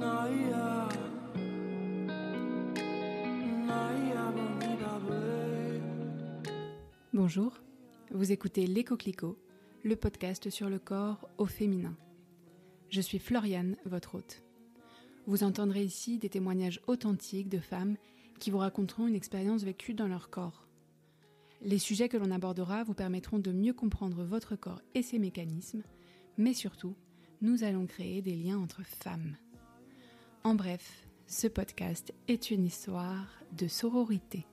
Bonjour, vous écoutez Les Coquelicots, le podcast sur le corps au féminin. Je suis Floriane, votre hôte. Vous entendrez ici des témoignages authentiques de femmes qui vous raconteront une expérience vécue dans leur corps. Les sujets que l'on abordera vous permettront de mieux comprendre votre corps et ses mécanismes, mais surtout, nous allons créer des liens entre femmes. En bref, ce podcast est une histoire de sororité.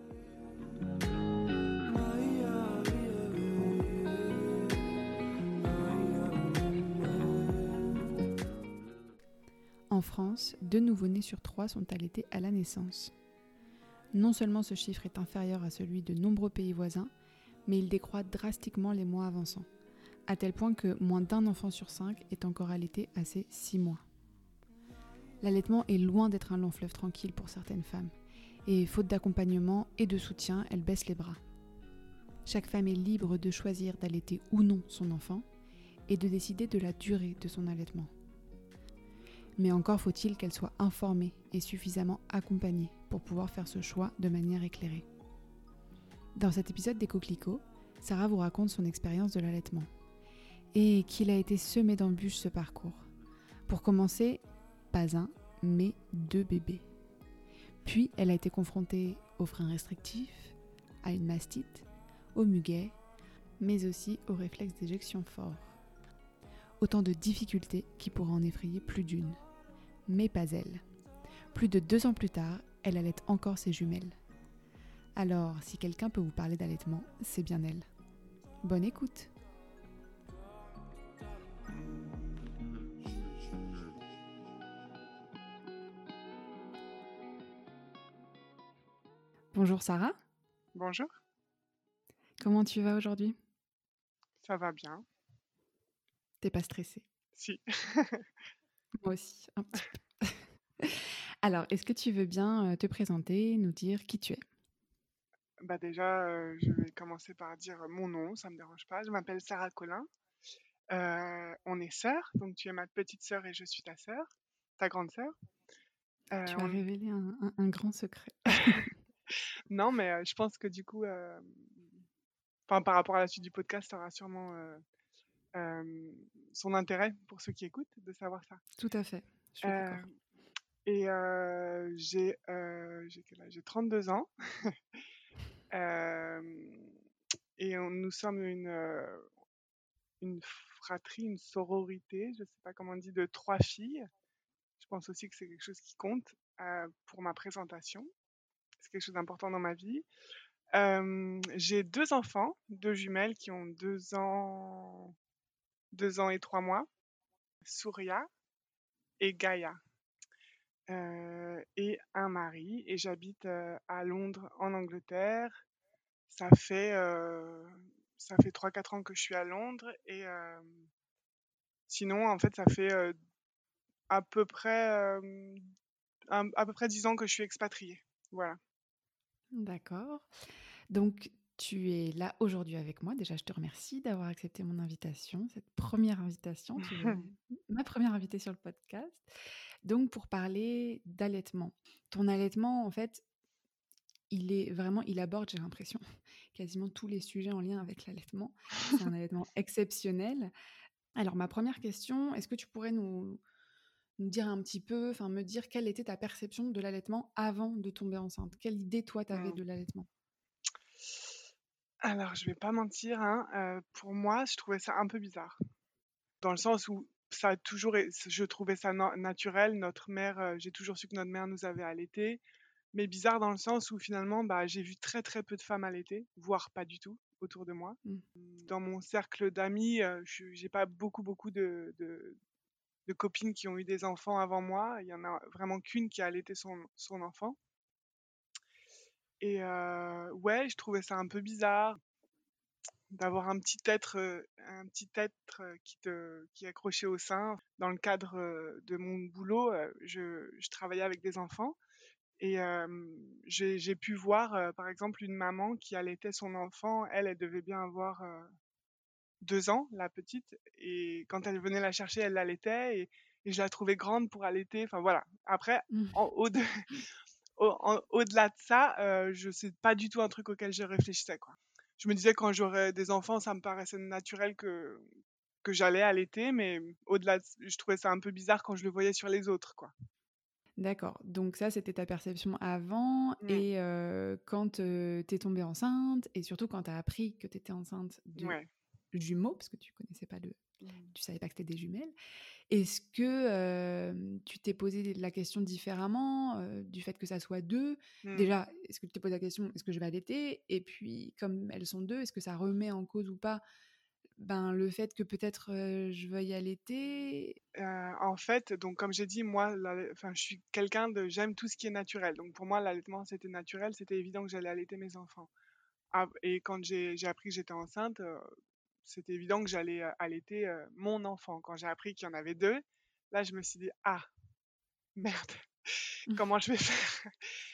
En France, 2 nouveau-nés sur 3 sont allaités à la naissance. Non seulement ce chiffre est inférieur à celui de nombreux pays voisins, mais il décroît drastiquement les mois avançant, à tel point que moins d'1 enfant sur 5 est encore allaité à ses 6 mois. L'allaitement est loin d'être un long fleuve tranquille pour certaines femmes, et faute d'accompagnement et de soutien, elles baissent les bras. Chaque femme est libre de choisir d'allaiter ou non son enfant, et de décider de la durée de son allaitement. Mais encore faut-il qu'elle soit informée et suffisamment accompagnée pour pouvoir faire ce choix de manière éclairée. Dans cet épisode des Coquelicots, Sarah vous raconte son expérience de l'allaitement et qu'il a été semé d'embûches ce parcours. Pour commencer, pas un, mais 2 bébés. Puis elle a été confrontée aux freins restrictifs, à une mastite, au muguet, mais aussi au réflexe d'éjection fort. Autant de difficultés qui pourraient en effrayer plus d'une. Mais pas elle. Plus de 2 ans plus tard, elle allaite encore ses jumelles. Alors, si quelqu'un peut vous parler d'allaitement, c'est bien elle. Bonne écoute. Bonjour Sarah. Bonjour, Comment tu vas aujourd'hui ? ça va bien? T'es pas stressée ? Si. Moi aussi, un petit peu. Alors, est-ce que tu veux bien te présenter, nous dire qui tu es ? Bah déjà, je vais commencer par dire mon nom, ça me dérange pas. Je m'appelle Sarah Collin. On est sœurs, donc tu es ma petite sœur et je suis ta sœur, ta grande sœur. Tu as révélé un grand secret. Non, mais je pense que du coup, par rapport à la suite du podcast, ça aura sûrement son intérêt pour ceux qui écoutent de savoir ça. Tout à fait, je suis d'accord. Et j'ai quel âge ? J'ai 32 ans. Euh, et nous sommes une fratrie, une sororité, je ne sais pas comment on dit, de 3 filles. Je pense aussi que c'est quelque chose qui compte pour ma présentation. C'est quelque chose d'important dans ma vie. J'ai 2 enfants, 2 jumelles qui ont 2 ans et 3 mois, Souria et Gaïa. Et un mari, et j'habite à Londres, en Angleterre. Ça fait 3-4 ans que je suis à Londres, et sinon, en fait, ça fait à peu près 10 ans que je suis expatriée. Voilà. D'accord. Donc, tu es là aujourd'hui avec moi. Déjà, je te remercie d'avoir accepté mon invitation, cette première invitation. Tu es ma première invitée sur le podcast. Donc, pour parler d'allaitement. Ton allaitement, en fait, il aborde, j'ai l'impression, quasiment tous les sujets en lien avec l'allaitement. C'est un allaitement exceptionnel. Alors, ma première question, est-ce que tu pourrais nous dire un petit peu, me dire quelle était ta perception de l'allaitement avant de tomber enceinte ? Quelle idée, toi, t'avais de l'allaitement ? Alors, je vais pas mentir, hein, pour moi, je trouvais ça un peu bizarre. Dans le sens où ça a toujours, je trouvais ça naturel. Notre mère, j'ai toujours su que notre mère nous avait allaités. Mais bizarre dans le sens où finalement, bah, j'ai vu très très peu de femmes allaitées, voire pas du tout autour de moi. Dans mon cercle d'amis, j'ai pas beaucoup de copines qui ont eu des enfants avant moi. Il y en a vraiment qu'une qui a allaité son enfant. Et ouais, je trouvais ça un peu bizarre d'avoir un petit être qui est accroché au sein. Dans le cadre de mon boulot, je travaillais avec des enfants. Et j'ai pu voir, par exemple, une maman qui allaitait son enfant. Elle devait bien avoir 2 ans, la petite. Et quand elle venait la chercher, elle l'allaitait. Et et je la trouvais grande pour allaiter. Enfin voilà. Après, Mmh. en au de au-delà de ça, je c'est pas du tout un truc auquel je réfléchissais, quoi. Je me disais quand j'aurais des enfants, ça me paraissait naturel que j'allais allaiter, mais au-delà de je trouvais ça un peu bizarre quand je le voyais sur les autres, quoi. D'accord, donc ça, c'était ta perception avant Mmh. et quand, tu es tombée enceinte et surtout quand tu as appris que tu étais enceinte de Ouais. jumeaux, parce que tu connaissais pas le Mmh. tu savais pas que c'était des jumelles. Est-ce que, tu t'es posé la question différemment, du fait que ça soit 2? Mmh. Déjà, est-ce que tu t'es posé la question: «Est-ce que je vais allaiter?» Et puis, comme elles sont 2, est-ce que ça remet en cause ou pas, ben, le fait que peut-être, je veuille allaiter? En fait, donc comme j'ai dit, moi, enfin, je suis quelqu'un de j'aime tout ce qui est naturel. Donc pour moi, l'allaitement, c'était naturel, c'était évident que j'allais allaiter mes enfants. Ah et quand j'ai appris que j'étais enceinte, c'était évident que j'allais, allaiter, mon enfant. Quand j'ai appris qu'il y en avait 2, là, je me suis dit: «Ah merde, comment je vais faire?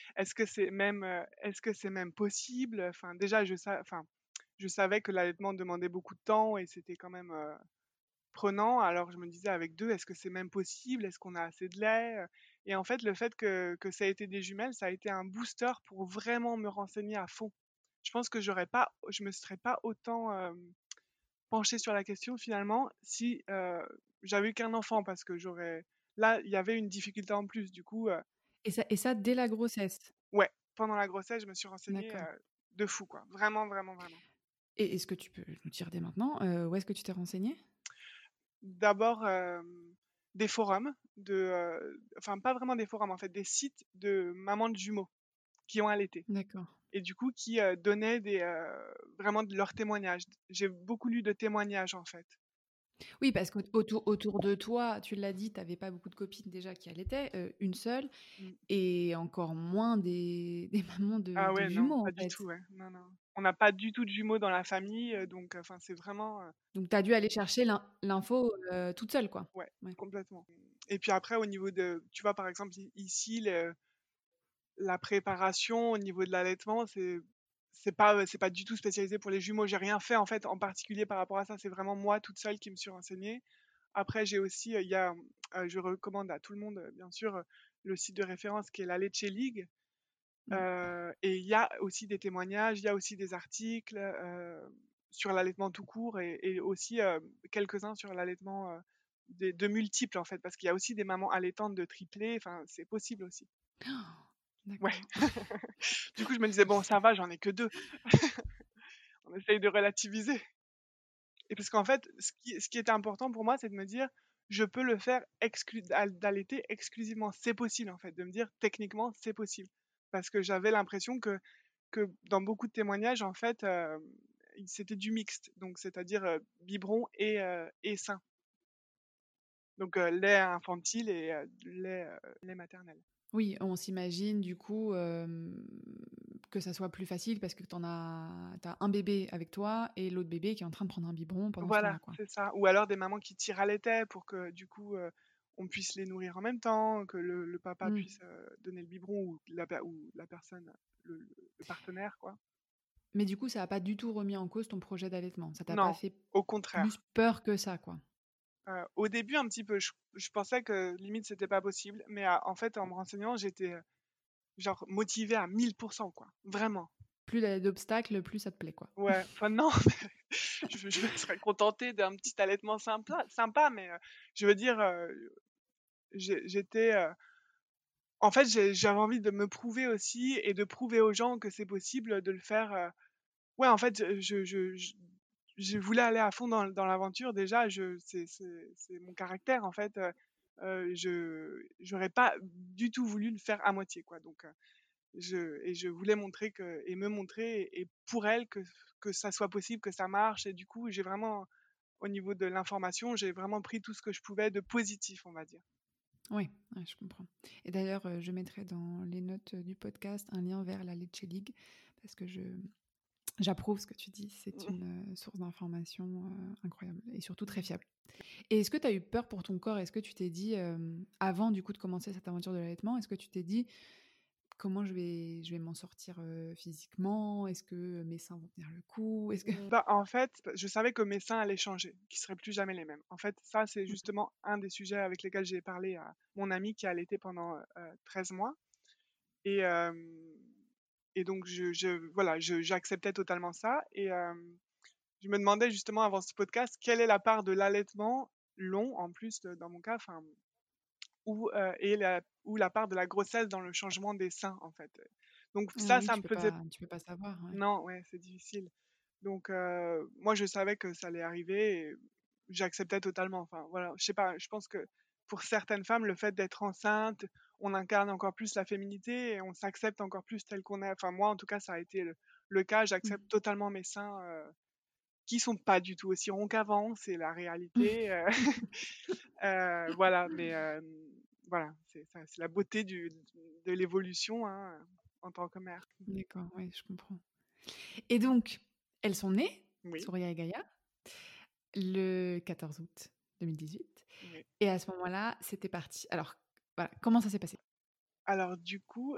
Est-ce que c'est même possible?» Enfin déjà je savais que l'allaitement demandait beaucoup de temps et c'était quand même, prenant. Alors je me disais avec 2, est-ce que c'est même possible? Est-ce qu'on a assez de lait? Et en fait, le fait que ça ait été des jumelles, ça a été un booster pour vraiment me renseigner à fond. Je me serais pas autant, penchée sur la question finalement si, j'avais eu qu'un enfant parce que là, il y avait une difficulté en plus du coup, Et ça dès la grossesse? ouais, pendant la grossesse, je me suis renseignée, D'accord. de fou quoi. Vraiment, vraiment, vraiment. Et est-ce que tu peux nous dire dès maintenant, où est-ce que tu t'es renseignée? D'abord, des forums enfin pas vraiment des forums en fait, des sites de mamans de jumeaux qui ont allaité D'accord. et du coup qui, donnaient vraiment de leurs témoignages. J'ai beaucoup lu de témoignages en fait. Oui, parce qu'autour de toi, tu l'as dit, tu avais pas beaucoup de copines déjà qui allaitaient, une seule Mmh. et encore moins des des mamans Ah de ouais, non, jumeaux, en pas du tout, fait. ouais. Non, non. On n'a pas du tout de jumeaux dans la famille, donc enfin c'est vraiment, Donc tu as dû aller chercher l'info, toute seule, quoi? ouais, Ouais. complètement. Et puis après au niveau de tu vois par exemple ici la préparation au niveau de l'allaitement, c'est pas du tout spécialisé pour les jumeaux. J'ai rien fait en fait en particulier par rapport à ça. C'est vraiment moi toute seule qui me suis renseignée. Après, j'ai aussi, je recommande à tout le monde, bien sûr, le site de référence qui est la Leche League. Mmh. Et il y a aussi des témoignages, il y a aussi des articles sur l'allaitement tout court et aussi quelques-uns sur l'allaitement de multiples en fait, parce qu'il y a aussi des mamans allaitantes de triplés. Enfin, c'est possible aussi. Ouais. D'accord. Du coup, je me disais, bon, ça va, j'en ai que 2. On essaye de relativiser. Et parce qu'en fait, ce qui était important pour moi, c'est de me dire, je peux le faire d'allaiter exclusivement. C'est possible, en fait, de me dire, techniquement, c'est possible. Parce que j'avais l'impression que dans beaucoup de témoignages, en fait, c'était du mixte. Donc, c'est-à-dire biberon et sein. Donc, lait infantile et lait maternel. Oui, on s'imagine du coup, que ça soit plus facile parce que tu as un bébé avec toi et l'autre bébé qui est en train de prendre un biberon pendant ce Voilà, temps-là, quoi. c'est ça. Ou alors des mamans qui tirent à l'étai pour que du coup, on puisse les nourrir en même temps, que le papa Mmh. puisse, donner le biberon ou la personne, le partenaire quoi. Mais du coup, ça a pas du tout remis en cause ton projet d'allaitement? Ça t'a pas Non, fait au plus contraire. peur que ça, quoi? Au début un petit peu, je pensais que limite c'était pas possible, mais en fait en me renseignant j'étais, genre motivée à 1000% quoi, vraiment. Plus il y a d'obstacles, plus ça te plaît, quoi. Ouais, enfin non, je me serais contentée d'un petit allaitement sympa, mais, je veux dire, j'étais, en fait, j'avais envie de me prouver aussi et de prouver aux gens que c'est possible de le faire, ouais, en fait, je voulais aller à fond dans l'aventure déjà, c'est mon caractère en fait, j'aurais pas du tout voulu le faire à moitié quoi, donc je voulais montrer me montrer et pour elle que ça soit possible, que ça marche et du coup, j'ai vraiment au niveau de l'information, j'ai vraiment pris tout ce que je pouvais de positif, on va dire. Oui, ouais, je comprends. Et d'ailleurs, je mettrai dans les notes, du podcast un lien vers la Leche League parce que j'approuve ce que tu dis. C'est Mmh. une, source d'information, incroyable et surtout très fiable. Et est-ce que tu as eu peur pour ton corps? Est-ce que tu t'es dit, avant du coup de commencer cette aventure de l'allaitement, est-ce que tu t'es dit: comment je vais m'en sortir, physiquement? Est-ce que mes seins vont tenir le coup? Est-ce que Bah, en fait, je savais que mes seins allaient changer, qu'ils seraient plus jamais les mêmes. En fait, ça, c'est justement un des sujets avec lesquels j'ai parlé à mon amie qui a allaité pendant 13 mois. Et, et donc, voilà, j'acceptais totalement ça. Et je me demandais justement avant ce podcast, quelle est la part de l'allaitement long, en plus, dans mon cas, enfin, ou la part de la grossesse dans le changement des seins, en fait. Donc ah ça, oui, ça me faisait... tu peux pas savoir, ouais. Non, ouais, c'est difficile. Donc, moi, je savais que ça allait arriver et j'acceptais totalement. Enfin, voilà, je sais pas, je pense que pour certaines femmes, le fait d'être enceinte, on incarne encore plus la féminité et on s'accepte encore plus tel qu'on est. Enfin, moi, en tout cas, ça a été le cas. J'accepte totalement mes seins qui sont pas du tout aussi ronds qu'avant, c'est la réalité. Voilà, mais voilà, c'est la beauté de l'évolution, hein, en tant que mère. D'accord, ouais, je comprends. Et donc, elles sont nées, Oui, Souria et Gaïa, le 14 août 2018. oui. Et à ce moment-là, c'était parti. Alors, voilà, comment ça s'est passé? Alors du coup,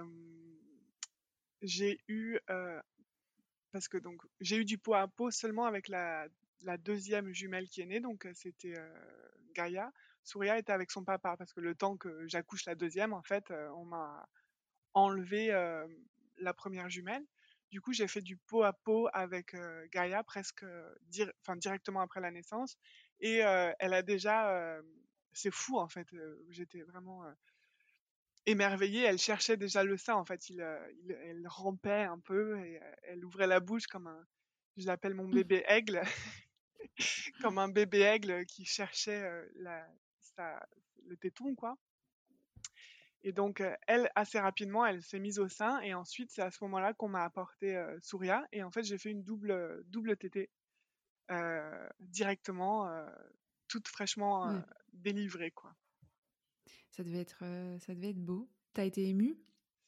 j'ai eu, parce que donc j'ai eu du pot à pot seulement avec la deuxième jumelle qui est née, donc c'était Gaïa. Souria était avec son papa parce que le temps que j'accouche la deuxième, en fait, on m'a enlevé la première jumelle. Du coup, j'ai fait du pot à pot avec Gaïa presque enfin, directement après la naissance. Et elle a déjà... c'est fou, en fait. J'étais vraiment émerveillée. Elle cherchait déjà le sein, en fait. Elle rampait un peu et elle ouvrait la bouche comme un... Je l'appelle mon bébé aigle, comme un bébé aigle qui cherchait sa- le téton, quoi. Et donc, elle, assez rapidement, elle s'est mise au sein. Et ensuite, c'est à ce moment-là qu'on m'a apporté Souria. Et en fait, j'ai fait une double tétée directement, toute fraîchement Ouais, délivrée, quoi. ça devait être beau. T'as été émue?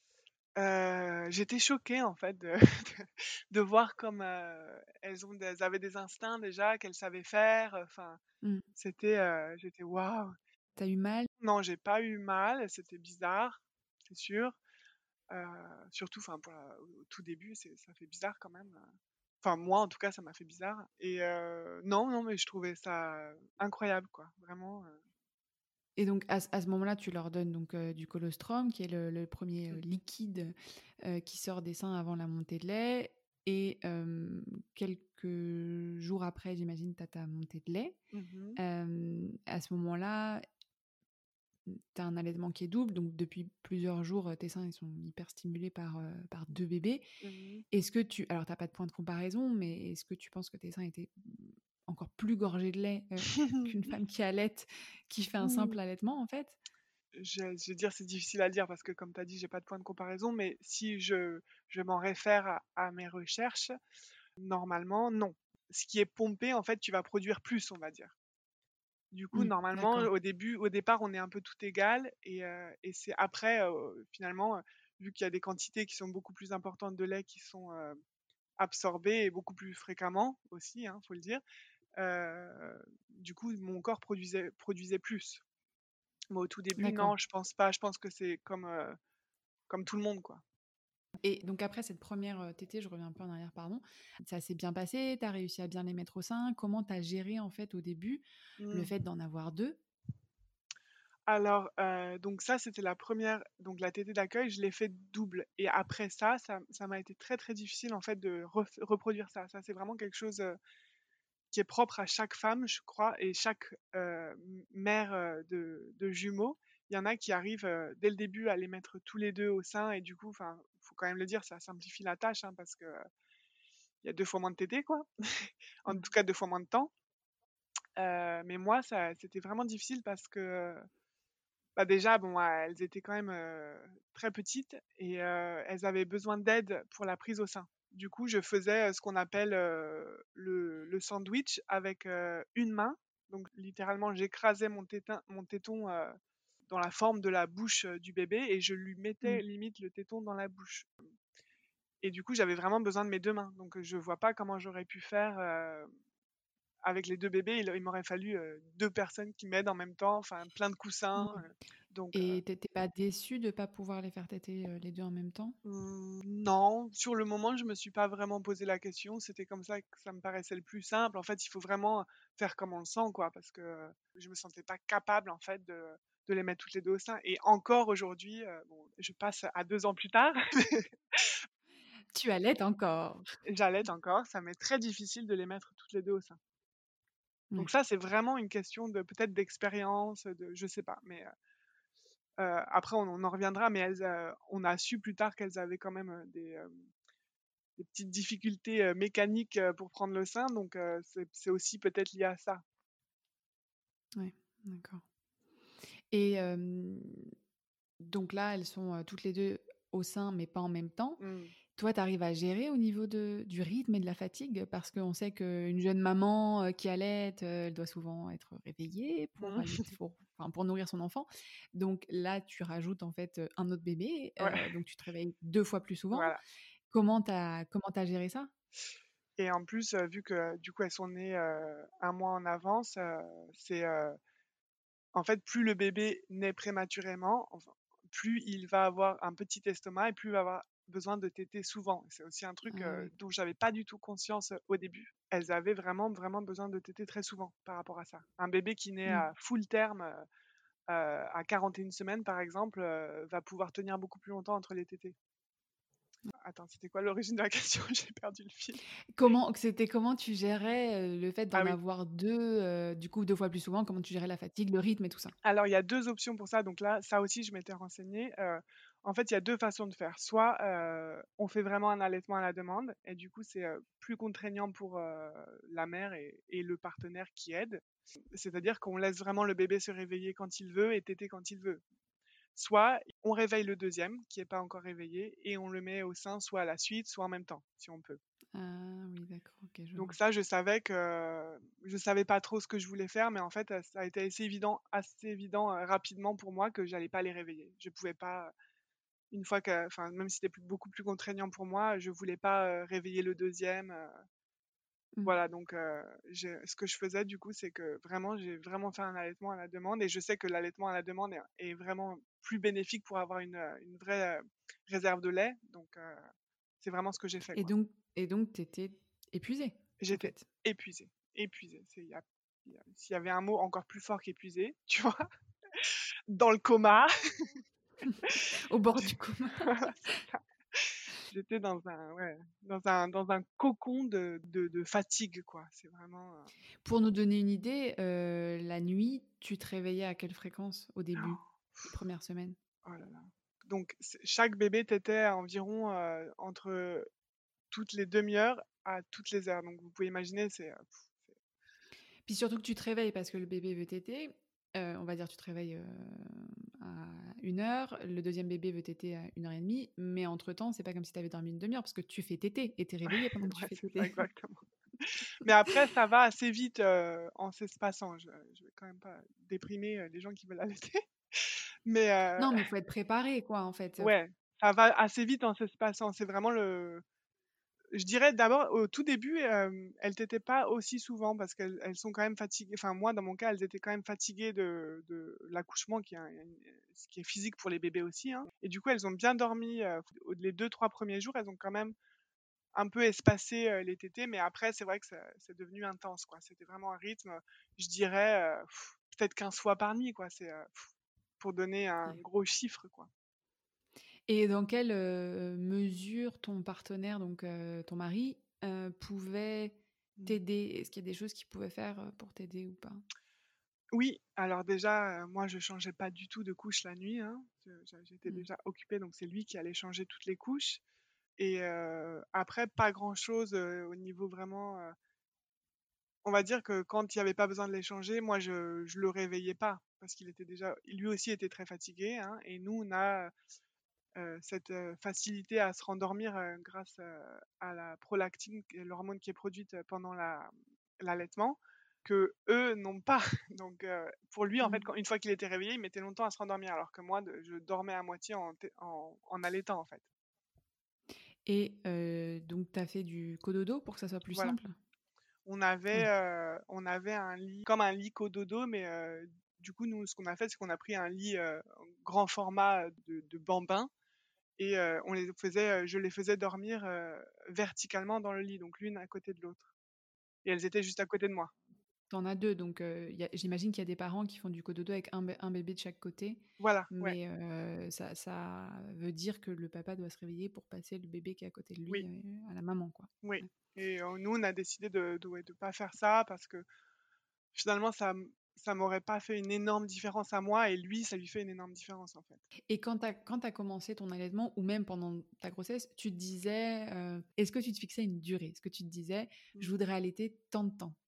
J'étais choquée, en fait, de voir comme elles avaient des instincts déjà, qu'elles savaient faire. Enfin, Mmh. j'étais waouh. Tu eu mal? Non, j'ai pas eu mal. C'était bizarre, c'est sûr. Surtout, enfin, au tout début, ça fait bizarre quand même. Enfin, moi, en tout cas, ça m'a fait bizarre. Et non, non, mais je trouvais ça incroyable, quoi. Vraiment. Et donc à ce moment-là, tu leur donnes donc du colostrum, qui est le 1er liquide qui sort des seins avant la montée de lait. Et quelques jours après, j'imagine, tu as ta montée de lait. Mhm, À ce moment-là, tu as un allaitement qui est double, donc depuis plusieurs jours, tes seins ils sont hyper stimulés par 2 bébés. mhm. Est-ce que alors tu pas de point de comparaison, mais est-ce que tu penses que tes seins étaient encore plus gorgés de lait qu'une femme qui allaite, qui fait un simple allaitement en fait? Je veux dire, c'est difficile à dire parce que, comme tu as dit, j'ai pas de point de comparaison, mais si je m'en réfère à mes recherches, normalement, non. Ce qui est pompé, en fait, tu vas produire plus, on va dire. Du coup, normalement, D'accord. au départ, on est un peu tout égal et c'est après, finalement, vu qu'il y a des quantités qui sont beaucoup plus importantes de lait qui sont absorbées et beaucoup plus fréquemment aussi, hein, faut le dire. Du coup, mon corps produisait plus. Mais au tout début, D'accord. non, je pense pas. Je pense que c'est comme tout le monde, quoi. Et donc après cette première tétée, je reviens un peu en arrière, pardon, ça s'est bien passé? Tu as réussi à bien les mettre au sein? Comment tu as géré en fait au début le Mmh. fait d'en avoir 2? Alors, donc ça, c'était la première, donc la tétée d'accueil, je l'ai fait double. Et après ça m'a été très très difficile en fait de reproduire ça. Ça, c'est vraiment quelque chose qui est propre à chaque femme, je crois, et chaque mère de jumeaux. Il y en a qui arrivent dès le début à les mettre tous les deux au sein, et du coup, enfin, faut quand même le dire, ça simplifie la tâche, hein, parce que il y a 2 fois moins de tétées, quoi. En Mmh. tout cas, 2 fois moins de temps. Mais moi, c'était vraiment difficile parce que bah, déjà, bon, elles étaient quand même très petites et elles avaient besoin d'aide pour la prise au sein. Du coup, je faisais ce qu'on appelle le sandwich avec une main. Donc, littéralement, j'écrasais mon téton dans la forme de la bouche du bébé et je lui Mmh. mettais limite le téton dans la bouche. Et du coup, j'avais vraiment besoin de mes 2 mains. Donc, je vois pas comment j'aurais pu faire avec les 2 bébés. Il m'aurait fallu 2 personnes qui m'aident en même temps, enfin, plein de coussins, Donc Et tu pas déçue de pas pouvoir les faire téter, les 2 en même temps? non, sur le moment, je me suis pas vraiment posé la question. C'était comme ça que ça me paraissait le plus simple. En fait, il faut vraiment faire comme on le sent, quoi, parce que je me sentais pas capable, en fait, de les mettre toutes les 2 au sein. Et encore aujourd'hui, bon, je passe à 2 ans plus tard, Tu allaites encore? j'allaite encore, ça m'est très difficile de les mettre toutes les 2 au sein. Donc Ouais. ça, c'est vraiment une question de peut-être d'expérience, de je sais pas, mais après on en reviendra, mais on a su plus tard qu'elles avaient quand même, des petites difficultés, mécaniques, pour prendre le sein, donc c'est aussi peut-être lié à ça. Ouais, d'accord. Et donc là, elles sont, toutes les 2 au sein, mais pas en même temps. Mmh. Toi, tu arrives à gérer au niveau du rythme et de la fatigue? Parce qu'on sait qu'une jeune maman, qui allaite, elle doit souvent être réveillée pour Mmh. allaiter pour nourrir son enfant. Donc là, tu rajoutes en fait, un autre bébé, Ouais, donc tu te réveilles 2 fois plus souvent. voilà. Comment tu as géré ça? Et en plus, vu que du coup elles sont nées, 1 mois en avance, c'est, en fait, plus le bébé naît prématurément, enfin, plus il va avoir un petit estomac et plus il va avoir besoin de téter souvent. C'est aussi un truc, Ah oui. dont j'avais pas du tout conscience, au début. Elles avaient vraiment, vraiment besoin de téter très souvent par rapport à ça. Un bébé qui naît Mmh. à full terme, à 41 semaines par exemple, va pouvoir tenir beaucoup plus longtemps entre les tétés. Attends, c'était quoi l'origine de la question? J'ai perdu le fil. Comment tu gérais, le fait Ah d'en oui. avoir 2, du coup 2 fois plus souvent? Comment tu gérais la fatigue, le rythme et tout ça? Alors, il y a 2 options pour ça, donc là, ça aussi, je m'étais renseignée. En fait, il y a 2 façons de faire. Soit, on fait vraiment un allaitement à la demande et du coup, c'est, plus contraignant pour, la mère et le partenaire qui aide. C'est-à-dire qu'on laisse vraiment le bébé se réveiller quand il veut et téter quand il veut. Soit on réveille le deuxième qui est pas encore réveillé et on le met au sein soit à la suite, soit en même temps, si on peut. Ah oui, d'accord, OK, je Donc vois. ça, je savais pas trop ce que je voulais faire, mais en fait, ça a été assez évident, rapidement pour moi que j'allais pas les réveiller. Je pouvais pas, une fois que enfin, même si c'était beaucoup plus contraignant pour moi, je voulais pas, réveiller le deuxième. Mmh. Voilà, donc ce que je faisais du coup, c'est que vraiment, j'ai vraiment fait un allaitement à la demande et je sais que l'allaitement à la demande est vraiment plus bénéfique pour avoir une vraie, réserve de lait, donc c'est vraiment ce que j'ai fait, Et quoi. donc tu étais épuisée, en J'étais fait? épuisée, épuisée. S'il y avait un mot encore plus fort qu'épuisée, tu vois? Dans le coma. Au bord du coma. Voilà, c'est ça. J'étais dans un cocon de fatigue, quoi. C'est vraiment, Pour nous donner une idée, la nuit, tu te réveillais à quelle fréquence au début, les premières semaines? oh là là. Donc chaque bébé tétait à environ, entre toutes les demi-heures à toutes les heures. Donc vous pouvez imaginer, Puis surtout que tu te réveilles parce que le bébé veut téter, on va dire tu te réveilles, à 1 heure, le deuxième bébé veut téter à 1 heure et demie, mais entre temps, c'est pas comme si tu avais dormi une demi heure parce que tu fais téter et tu es réveillé pendant que tu ouais, fais c'est ça téter. exactement. Mais après ça va assez vite, en s'espaçant. Je vais quand même pas déprimer, les gens qui veulent allaiter. Mais Non, mais il faut être préparé quoi, en fait, ouais, ça va assez vite en s'espaçant. C'est vraiment le je dirais d'abord au tout début, elles tétaient pas aussi souvent parce qu'elles sont quand même fatiguées. Enfin moi, dans mon cas, elles étaient quand même fatiguées de l'accouchement ce qui est physique pour les bébés aussi, hein, et du coup, elles ont bien dormi, les 2-3 premiers jours, elles ont quand même un peu espacé, les tétés, mais après c'est vrai que ça c'est devenu intense, quoi. C'était vraiment un rythme, je dirais, peut-être 15 fois par nuit, quoi. Pour donner un ouais. gros chiffre, quoi. Et dans quelle, mesure ton partenaire, donc ton mari, pouvait Mmh. t'aider? Est-ce qu'il y a des choses qu'il pouvait faire, pour t'aider ou pas? Oui, alors déjà, moi je changeais pas du tout de couche la nuit, hein. J'étais Mmh. déjà occupée, donc c'est lui qui allait changer toutes les couches et après pas grand-chose, au niveau vraiment, on va dire que quand il y avait pas besoin de les changer, moi je le réveillais pas parce qu'il était déjà lui aussi était très fatigué, hein, et nous on a, cette, facilité à se rendormir, grâce, à la prolactine, qui est l'hormone qui est produite, pendant l'allaitement, qu'eux n'ont pas. Donc pour lui, en fait, Mmh. une fois qu'il était réveillé, il mettait longtemps à se rendormir alors que moi je dormais à moitié en allaitant, en fait. Et donc tu as fait du cododo pour que ça soit plus Voilà. simple? On avait, Ouais. on avait un lit comme un lit cododo mais Du coup, nous, ce qu'on a fait, c'est qu'on a pris un lit grand format de bambin et je les faisais dormir verticalement dans le lit, donc l'une à côté de l'autre. Et elles étaient juste à côté de moi. T'en as 2 donc j'imagine qu'il y a des parents qui font du cododo avec un bébé de chaque côté, Voilà, ouais, mais ça veut dire que le papa doit se réveiller pour passer le bébé qui est à côté de lui, oui, à la maman, quoi. oui. Ouais. Et nous, on a décidé ouais, de pas faire ça parce que finalement, ça m'aurait pas fait une énorme différence à moi et lui, ça lui fait une énorme différence en fait. Et quand tu as commencé ton allaitement ou même pendant ta grossesse, tu te disais, est-ce que tu te fixais une durée? Est-ce que tu te disais: «Je Mm. voudrais allaiter tant de temps»?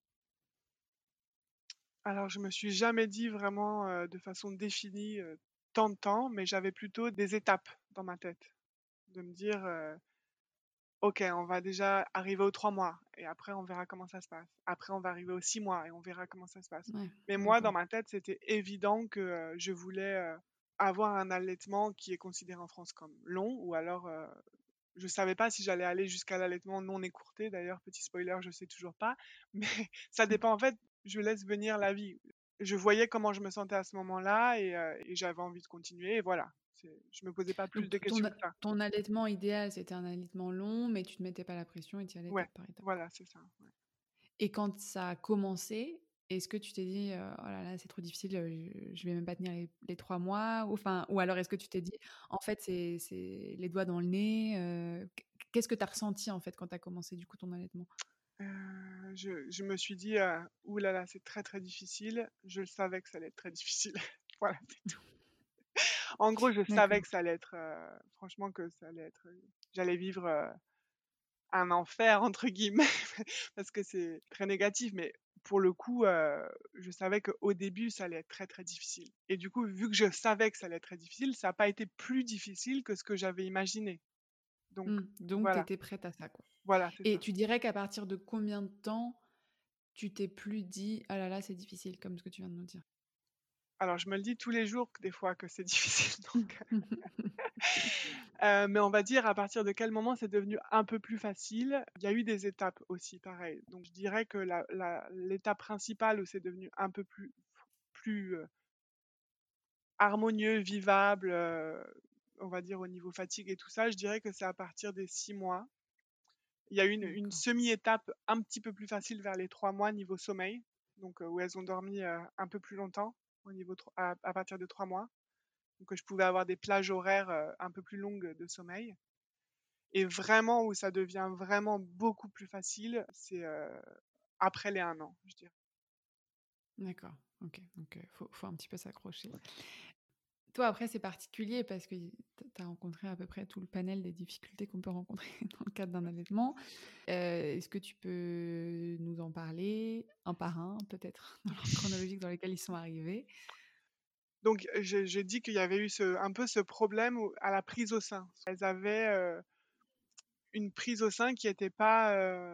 Alors, je me suis jamais dit vraiment de façon définie tant de temps, mais j'avais plutôt des étapes dans ma tête. De me dire, OK, on va déjà arriver aux 3 mois et après on verra comment ça se passe. Après on va arriver aux 6 mois et on verra comment ça se passe. Ouais, Mais moi, dans d'accord. ma tête, c'était évident que, je voulais, avoir un allaitement qui est considéré en France comme long ou alors, je savais pas si j'allais aller jusqu'à l'allaitement non écourté d'ailleurs, petit spoiler, je sais toujours pas, mais ça Mmh. dépend en fait, je laisse venir la vie. Je voyais comment je me sentais à ce moment-là et j'avais envie de continuer et voilà. Je me posais pas plus Donc de questions que ça. ton allaitement idéal, c'était un allaitement long, mais tu te mettais pas la pression et tu y allais Ouais, étape par étape. voilà, c'est ça, ouais. Et quand ça a commencé, est-ce que tu t'es dit: «Oh là là, c'est trop difficile, je vais même pas tenir les 3 mois» ou alors est-ce que tu t'es dit: «En fait, c'est les doigts dans le nez», qu'est-ce que tu as ressenti, en fait, quand tu as commencé, du coup, ton allaitement? Je me suis dit, «Ouh là là, c'est très, très difficile». Je le savais que ça allait être très difficile. Voilà, c'est tout. En gros, je savais D'accord. que ça allait être, franchement que ça allait être, j'allais vivre, un «enfer» entre guillemets parce que c'est très négatif, mais pour le coup, je savais qu'au début, ça allait être très, très difficile et du coup, vu que je savais que ça allait être très difficile, ça a pas été plus difficile que ce que j'avais imaginé. Donc Donc tu voilà, étais prête à ça, quoi. voilà, c'est Et ça. tu dirais qu'à partir de combien de temps tu t'es plus dit: «Ah là là, c'est difficile», comme ce que tu viens de nous dire? Alors je me le dis tous les jours que des fois que c'est difficile donc mais on va dire à partir de quel moment c'est devenu un peu plus facile. Il y a eu des étapes aussi pareil. Donc je dirais que l'étape principale où c'est devenu un peu plus harmonieux, vivable, on va dire au niveau fatigue et tout ça, je dirais que c'est à partir des 6 mois. Il y a eu une D'accord. semi-étape un petit peu plus facile vers les 3 mois niveau sommeil, donc où elles ont dormi, un peu plus longtemps au niveau à partir de 3 mois. Donc je pouvais avoir des plages horaires, un peu plus longues de sommeil. Et vraiment où ça devient vraiment beaucoup plus facile, c'est, après les 1 an, je dirais. D'accord, OK, donc faut un petit peu s'accrocher. Toi, après, c'est particulier parce que tu as rencontré à peu près tout le panel des difficultés qu'on peut rencontrer dans le cadre d'un allaitement. Est-ce que tu peux nous en parler un par un, peut-être, dans l'ordre chronologique dans lequel ils sont arrivés? Donc j'ai dit qu'il y avait eu un peu ce problème à la prise au sein. Elles avaient, une prise au sein qui était pas,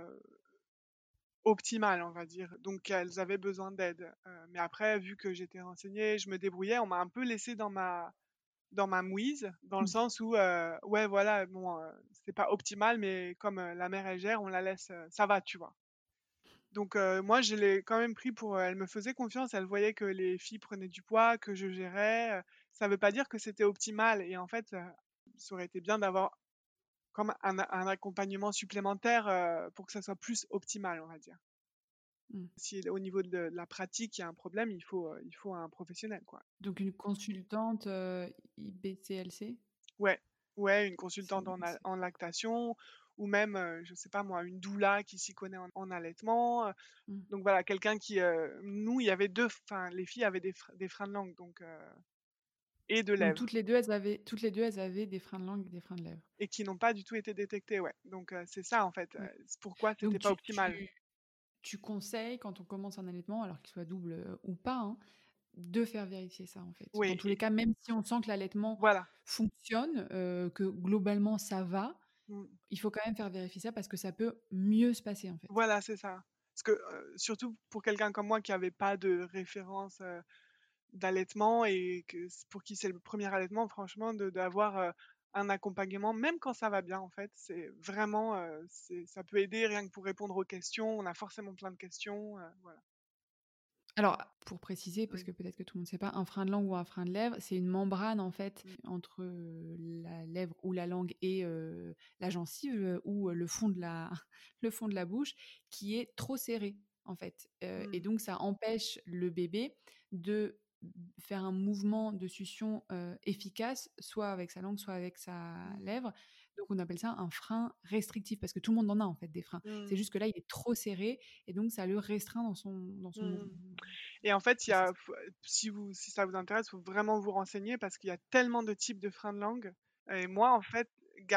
optimale, on va dire. Donc elles avaient besoin d'aide. Mais après, vu que j'étais renseignée, je me débrouillais, on m'a un peu laissée dans ma mouise, dans le sens où, ouais, voilà, bon, c'est pas optimal, mais comme, la mère elle gère, on la laisse, ça va, tu vois? Donc moi, je l'ai quand même pris pour, elle me faisait confiance, elle voyait que les filles prenaient du poids, que je gérais, ça veut pas dire que c'était optimal et en fait, ça aurait été bien d'avoir comme un accompagnement supplémentaire, pour que ça soit plus optimal, on va dire. Mmh. Si au niveau de la pratique, il y a un problème, il faut un professionnel, quoi. Donc une consultante, IBCLC? Ouais, ouais, une C'est consultante c'est en lactation ou même, je sais pas moi, une doula qui s'y connaît en allaitement, mmh. donc voilà, quelqu'un qui, nous, il y avait 2 enfin, les filles avaient des freins de langue, donc et de Donc lèvres toutes les deux, elles avaient des freins de langue et des freins de lèvres. et qui n'ont pas du tout été détectés, ouais. Donc c'est ça, en fait, Ouais. c'est pourquoi Donc c'était pas optimal. tu conseilles quand on commence un allaitement, alors qu'il soit double, ou pas, hein, de faire vérifier ça, en fait. Dans Oui tous les et cas, même si on sent que l'allaitement voilà. fonctionne, que globalement ça va, Mmh. il faut quand même faire vérifier ça parce que ça peut mieux se passer, en fait. Voilà, c'est ça. Parce que, surtout pour quelqu'un comme moi qui avait pas de référence, d'allaitement et pour qui c'est le premier allaitement, franchement, d'avoir un accompagnement, même quand ça va bien, en fait, c'est vraiment, ça peut aider rien que pour répondre aux questions. On a forcément plein de questions, voilà. Alors, pour préciser, parce Oui. que peut-être que tout le monde ne sait pas, un frein de langue ou un frein de lèvre, c'est une membrane en fait Mmh. entre la lèvre ou la langue et la gencive ou le fond de la le fond de la bouche qui est trop serré en fait. Et Mmh. donc ça empêche le bébé de faire un mouvement de succion efficace, soit avec sa langue, soit avec sa Mmh. lèvre. Donc on appelle ça un frein restrictif parce que tout le monde en a en fait des freins. C'est Mmh. juste que là, il est trop serré et donc ça le restreint dans son Mmh. mouvement. Et en fait, il y Et c'est a f si ça vous intéresse, faut vraiment vous renseigner parce qu'il y a tellement de types de freins de langue et moi, en fait,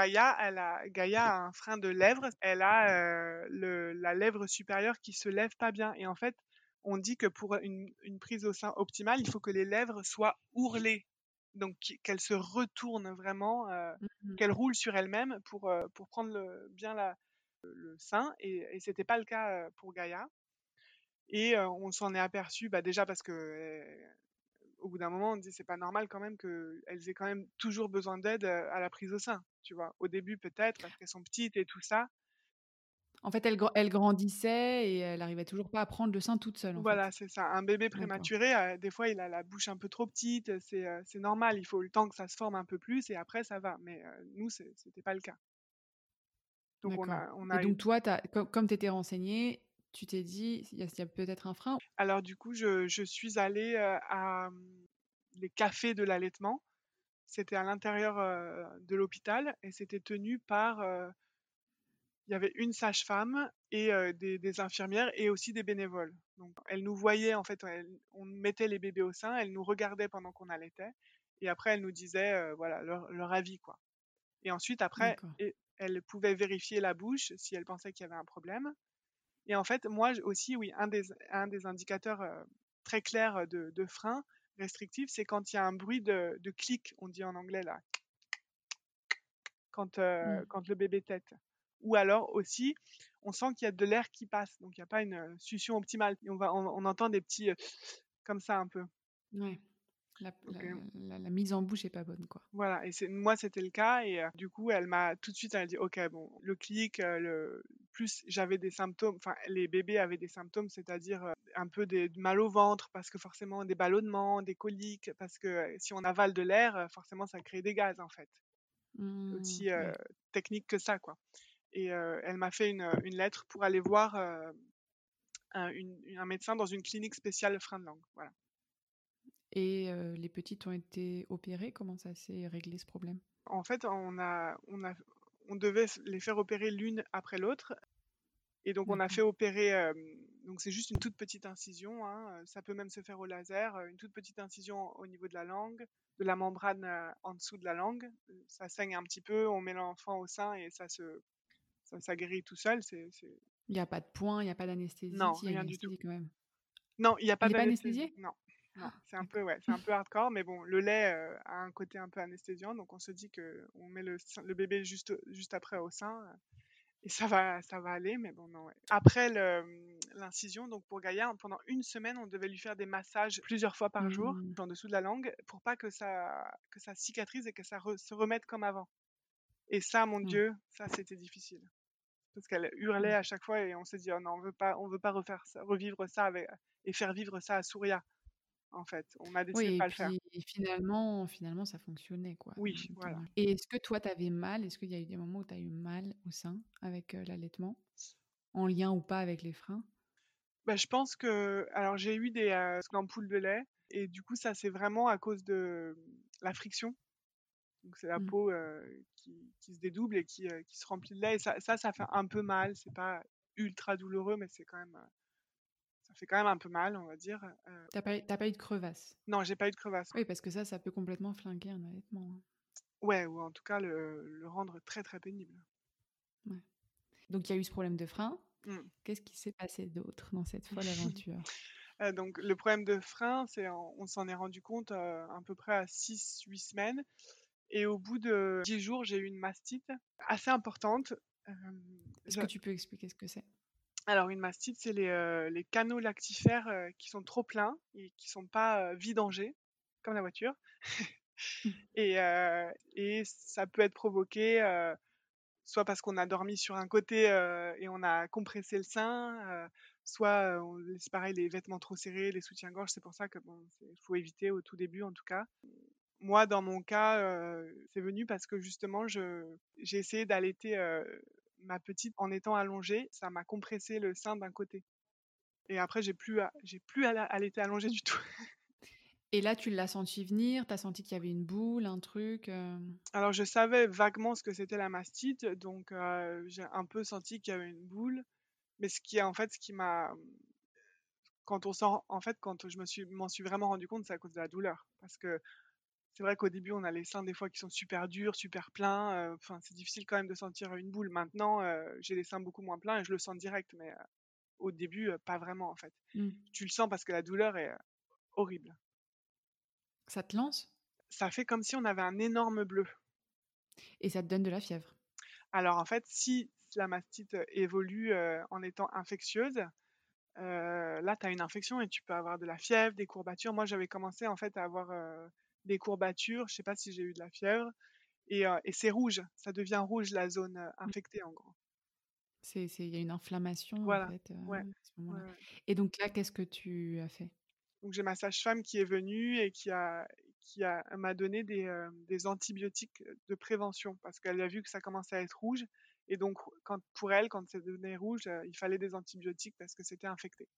Gaïa a un frein de lèvres. Elle a, la lèvre supérieure qui se lève pas bien et en fait, on dit que pour une prise au sein optimale, il faut que les lèvres soient ourlées, donc qu'elles se retournent vraiment, Mmh. qu'elles roulent sur elles-mêmes pour prendre bien le sein et c'était pas le cas, pour Gaïa. Et on s'en est aperçu, bah, déjà parce que, au bout d'un moment, on dit: «C'est pas normal quand même qu'elles aient quand même toujours besoin d'aide, à la prise au sein», tu vois? Au début peut-être parce qu'elles sont petites et tout ça. En fait, elle grandissait et elle arrivait toujours pas à prendre le sein toute seule, en Voilà, fait? c'est ça. Un bébé D'accord, prématuré, des fois, il a la bouche un peu trop petite, c'est normal. Il faut le temps que ça se forme un peu plus et après ça va. Mais nous, c'était pas le cas. Donc d'accord. on Et a donc toi, comme tu étais renseignée, tu t'es dit: «Il y a peut-être un frein?» alors du coup, je suis allée, les cafés de l'allaitement. C'était à l'intérieur, de l'hôpital et c'était tenu par, il y avait une sage-femme et des infirmières et aussi des bénévoles. Donc elles nous voyaient en fait, on mettait les bébés au sein, elles nous regardaient pendant qu'on allaitait et après elles nous disaient, voilà leur avis quoi. Et ensuite après D'accord. elles pouvaient vérifier la bouche si elles pensaient qu'il y avait un problème. Et en fait moi aussi oui, un des indicateurs, très clairs, de frein restrictif, c'est quand il y a un bruit de clic, on dit en anglais là, Mmh. quand le bébé tète. Ou alors aussi, on sent qu'il y a de l'air qui passe, donc il y a pas une, succion optimale. Et on entend des petits, comme ça un peu. Ouais. La Donc la la mise en bouche est pas bonne, quoi. voilà et moi c'était le cas et du coup elle m'a tout de suite elle a dit: «OK, bon, le clic, le» plus j'avais des symptômes, enfin les bébés avaient des symptômes, c'est-à-dire, un peu du mal au ventre parce que forcément des ballonnements, des coliques, parce que, si on avale de l'air, forcément ça crée des gaz en fait. C'est Mmh, aussi, ouais. technique que ça, quoi. Et elle m'a fait une lettre pour aller voir, un médecin dans une clinique spéciale frein de langue, voilà. Et les petites ont été opérées? Comment ça s'est réglé ce problème? En fait, on devait les faire opérer l'une après l'autre et donc on a fait D'accord. opérer, donc c'est juste une toute petite incision, hein, ça peut même se faire au laser, une toute petite incision au niveau de la langue, de la membrane, en dessous de la langue. Ça saigne un petit peu, on met l'enfant au sein et ça guérit tout seul, c'est Il y a pas de point, il y a pas d'anesthésie? non, Si, il y a une rien du tout. anesthésie quand même. Non, il y a pas Il est pas d'anesthésie, anesthésié? non, non, c'est un peu D'accord. ouais, c'est un peu hardcore, mais bon, le lait, a un côté un peu anesthésiant, donc on se dit qu'on met le bébé juste après au sein, et ça va aller, mais bon, non, ouais. Après l'incision, donc pour Gaïa, pendant une semaine, on devait lui faire des massages plusieurs fois par jour, Mmh. en dessous de la langue, pour pas que ça cicatrise et que ça se remette comme avant. Et ça, mon Ouais, Dieu, ça, c'était difficile. Parce qu'elle hurlait ouais. à chaque fois et on s'est dit: «Oh non, on veut pas refaire ça, revivre ça avec et faire vivre ça à Souria». En fait, on a décidé de Oui et pas le faire. puis finalement ça fonctionnait quoi, Oui, tant voilà. mieux. Et est-ce que toi tu avais mal? Est-ce qu'il y a eu des moments où tu as eu mal au sein avec, l'allaitement? En lien ou pas avec les freins? Bah, je pense que alors j'ai eu des, ampoules de lait et du coup, ça, c'est vraiment à cause de, la friction. Donc c'est la Mmh. peau, qui se dédouble et qui se remplit de lait et ça fait un peu mal. C'est pas ultra douloureux, mais c'est quand même, ça fait quand même un peu mal, on va dire. Tu as pas eu de crevasse? Non, j'ai pas eu de crevasse. Oui, parce que ça peut complètement flinguer un allaitement, hein. Ouais, ou en tout cas le rendre très, très pénible. Ouais. Donc il y a eu ce problème de frein. Mmh. Qu'est-ce qui s'est passé d'autre dans cette folle aventure? Donc le problème de frein, on s'en est rendu compte, à peu près à 6-8 semaines et au bout de 10 jours, j'ai eu une mastite assez importante. Hem, Est-ce je que tu peux expliquer ce que c'est? Alors une mastite, c'est les canaux lactifères, qui sont trop pleins et qui sont pas, vidangés, comme la voiture Mmh. et ça peut être provoqué, soit parce qu'on a dormi sur un côté, et on a compressé le sein, soit on laisse pareil les vêtements trop serrés, les soutiens-gorge. C'est pour ça que bon, faut éviter au tout début en tout cas. Moi, dans mon cas, c'est venu parce que justement, j'ai essayé d'allaiter ma petite en étant allongée. Ça m'a compressé le sein d'un côté. Et après, j'ai plus allaité allongée du tout. Et là, tu l'as senti venir? Tu as senti qu'il y avait une boule, un truc, Alors, je savais vaguement ce que c'était la mastite, donc j'ai un peu senti qu'il y avait une boule. Mais ce qui m'a quand je m'en suis vraiment rendu compte, c'est à cause de la douleur. Parce que c'est vrai qu'au début, on a les seins des fois qui sont super durs, super pleins. Enfin, c'est difficile quand même de sentir une boule. Maintenant, j'ai les seins beaucoup moins pleins et je le sens direct. Mais au début, pas vraiment en fait. mmh. Tu le sens parce que la douleur est horrible. Ça te lance Ça fait comme si on avait un énorme bleu. et ça te donne de la fièvre? Alors en fait, si la mastite évolue en étant infectieuse, là, tu as une infection et tu peux avoir de la fièvre, des courbatures. Moi, j'avais commencé en fait à avoir des courbatures. Je sais pas si j'ai eu de la fièvre. Et c'est rouge. Ça devient rouge la zone Mmh. infectée en gros. Il y a une inflammation, en Voilà. fait, Ouais. à ce Ouais, moment-là. ouais. Et donc là, qu'est-ce que tu as fait? Donc j'ai ma sage-femme qui est venue et m'a donné des antibiotiques de prévention parce qu'elle a vu que ça commençait à être rouge. Et donc, pour elle, quand ça devenait rouge, il fallait des antibiotiques parce que c'était infecté.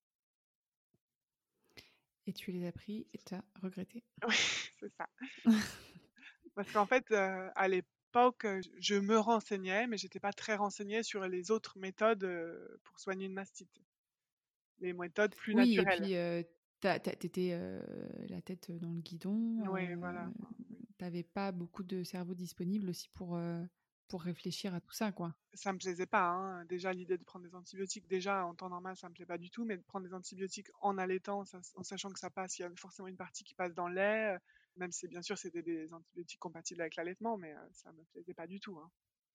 Et tu les as pris et tu as regretté? Oui, c'est ça. Parce qu'en fait, à l'époque, je me renseignais, mais j'étais pas très renseignée sur les autres méthodes pour soigner une mastite. Les méthodes plus Oui et naturelles. puis, tu étais, la tête dans le guidon, Oui, voilà. Enfin, oui. tu pas beaucoup de cerveau disponible aussi pour réfléchir à tout ça, quoi. Ça me plaisait pas, hein. Déjà, l'idée de prendre des antibiotiques, déjà, en temps normal, ça me plaît pas du tout, mais de prendre des antibiotiques en allaitant, en sachant que ça passe, il y a forcément une partie qui passe dans le lait, même si, bien sûr, c'était des antibiotiques compatibles avec l'allaitement, mais ça me plaisait pas du tout, hein.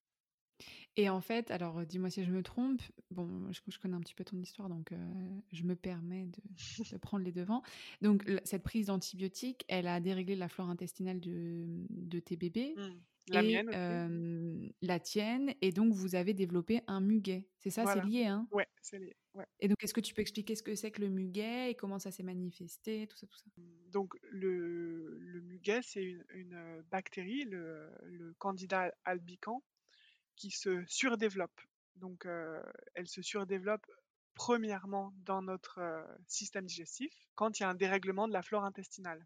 Et en fait, alors, dis-moi si je me trompe, bon, je connais un petit peu ton histoire, donc je me permets de prendre les devants. Donc cette prise d'antibiotiques, elle a déréglé la flore intestinale de tes bébés Mmh. La et mienne aussi. la tienne et donc vous avez développé un muguet. C'est ça, c'est Voilà. lié, hein? Ouais, c'est lié. Ouais. Et donc est-ce que tu peux expliquer ce que c'est que le muguet et comment ça s'est manifesté, tout ça, tout ça? Donc, le muguet, c'est une bactérie, le Candida albicans, qui se surdéveloppe. Donc, elle se surdéveloppe premièrement dans notre système digestif quand il y a un dérèglement de la flore intestinale.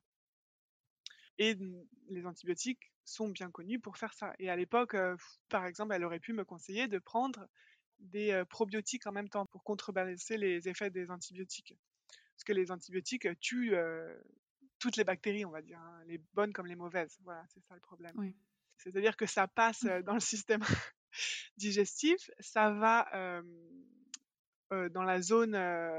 Et les antibiotiques sont bien connus pour faire ça. Et à l'époque, par exemple, elle aurait pu me conseiller de prendre des probiotiques en même temps pour contrebalancer les effets des antibiotiques. Parce que les antibiotiques tuent toutes les bactéries, on va dire, hein, les bonnes comme les mauvaises. Voilà, c'est ça le problème. Oui. C'est-à-dire que ça passe dans le système digestif, ça va dans la zone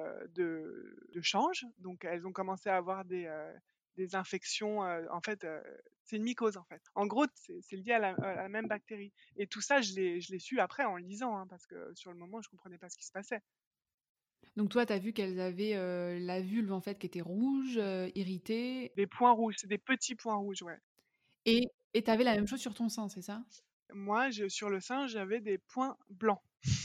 de change. Donc, elles ont commencé à avoir des infections. En fait, c'est une mycose, en fait. En gros, c'est lié à la même bactérie. Et tout ça, je l'ai su après en lisant, hein, parce que sur le moment, je ne comprenais pas ce qui se passait. Donc toi, tu as vu qu'elles avaient, la vulve en fait qui était rouge, irritée Des points rouges, c'est des petits points rouges, ouais. et tu avais la même chose sur ton sein, c'est ça? Moi, sur le sein, j'avais des points blancs.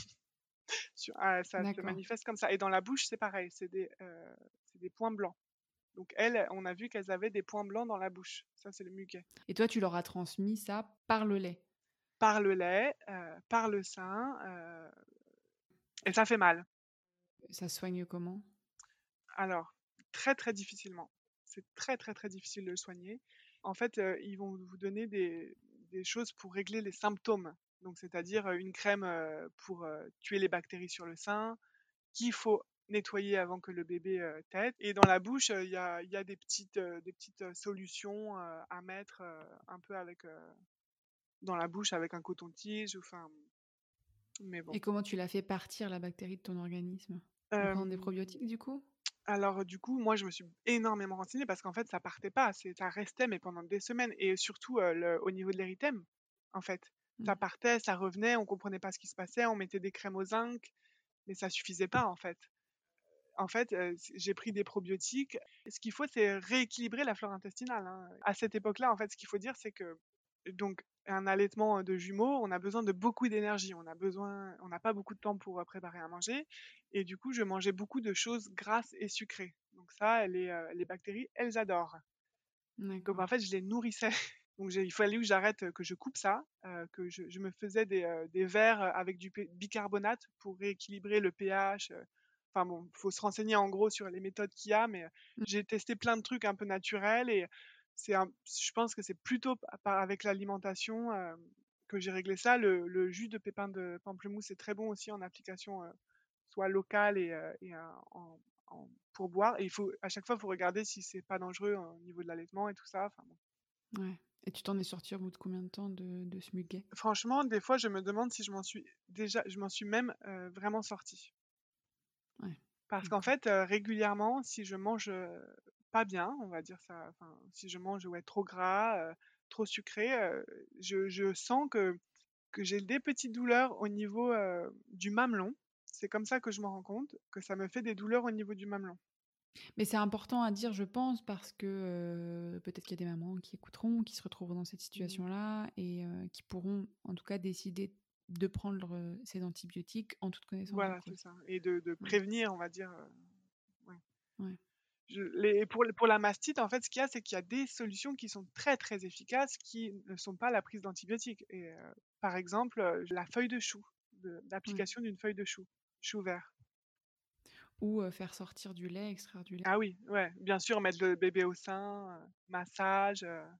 Ça se D'accord. manifeste comme ça. Et dans la bouche, c'est pareil, c'est des points blancs. Donc elles, on a vu qu'elles avaient des points blancs dans la bouche. Ça, c'est le muguet. Et toi, tu leur as transmis ça par le lait? Par le lait, par le sein, et ça fait mal. Ça se soigne comment? Alors, très, très difficilement. C'est très, très, très difficile de le soigner. En fait, ils vont vous donner des choses pour régler les symptômes. Donc, c'est-à-dire une crème pour tuer les bactéries sur le sein, qu'il faut nettoyer avant que le bébé tète. Et dans la bouche, il y a des petites solutions à mettre un peu dans la bouche avec un coton-tige. Enfin, mais bon. Et comment tu l'as fait partir la bactérie de ton organisme? En prenant des Euh, probiotiques du coup? alors du coup, moi, je me suis énormément renseignée parce qu'en fait, ça partait pas, ça restait, mais pendant des semaines. Et surtout, au niveau de l'érythème, en fait. Mmh. Ça partait, ça revenait, on comprenait pas ce qui se passait, on mettait des crèmes au zinc, mais ça suffisait pas, en fait. En fait, j'ai pris des probiotiques. Ce qu'il faut, c'est rééquilibrer la flore intestinale, hein. À cette époque-là, en fait, ce qu'il faut dire, c'est que Donc un allaitement, de jumeaux, on a besoin de beaucoup d'énergie. On n'a pas beaucoup de temps pour, préparer à manger et du coup, je mangeais beaucoup de choses grasses et sucrées. Donc ça, les bactéries, elles adorent. Donc D'accord. en fait, je les nourrissais. Donc il fallait que j'arrête, que je coupe ça, que je me faisais des verres, avec du bicarbonate pour rééquilibrer le pH. Enfin bon, faut se renseigner en gros sur les méthodes qu'il y a, mais Mmh. j'ai testé plein de trucs un peu naturels et je pense que c'est plutôt avec l'alimentation, que j'ai réglé ça. Le jus de pépins de pamplemousse est très bon aussi en application, soit locale et pour boire. Et à chaque fois, il faut regarder si c'est pas dangereux au niveau de l'allaitement et tout ça. Enfin, bon. Ouais. Et tu t'en es sorti au bout de combien de temps de ce muguet? Franchement, des fois, je me demande si je m'en suis même vraiment sortie. Ouais, Parce qu'en d'accord. fait, régulièrement, si je mange pas bien, on va dire ça, enfin, si je mange ouais, trop gras, trop sucré, je sens que j'ai des petites douleurs au niveau du mamelon. C'est comme ça que je me rends compte que ça me fait des douleurs au niveau du mamelon. Mais c'est important à dire, je pense, parce que, peut-être qu'il y a des mamans qui écouteront, qui se retrouveront dans cette Mm. situation-là et qui pourront, en tout cas, décider de prendre, ces antibiotiques en toute connaissance de Voilà, c'est cause. ça. Et de Ouais, prévenir, on va dire. Ouais. ouais. Pour la mastite, en fait, ce qu'il y a, c'est qu'il y a des solutions qui sont très, très efficaces qui ne sont pas la prise d'antibiotiques. Et par exemple, la feuille de chou, Ouais. l'application d'une feuille de chou, chou vert. Ou, faire sortir du lait, extraire du lait. Ah oui, ouais, bien sûr, mettre le bébé au sein, massage.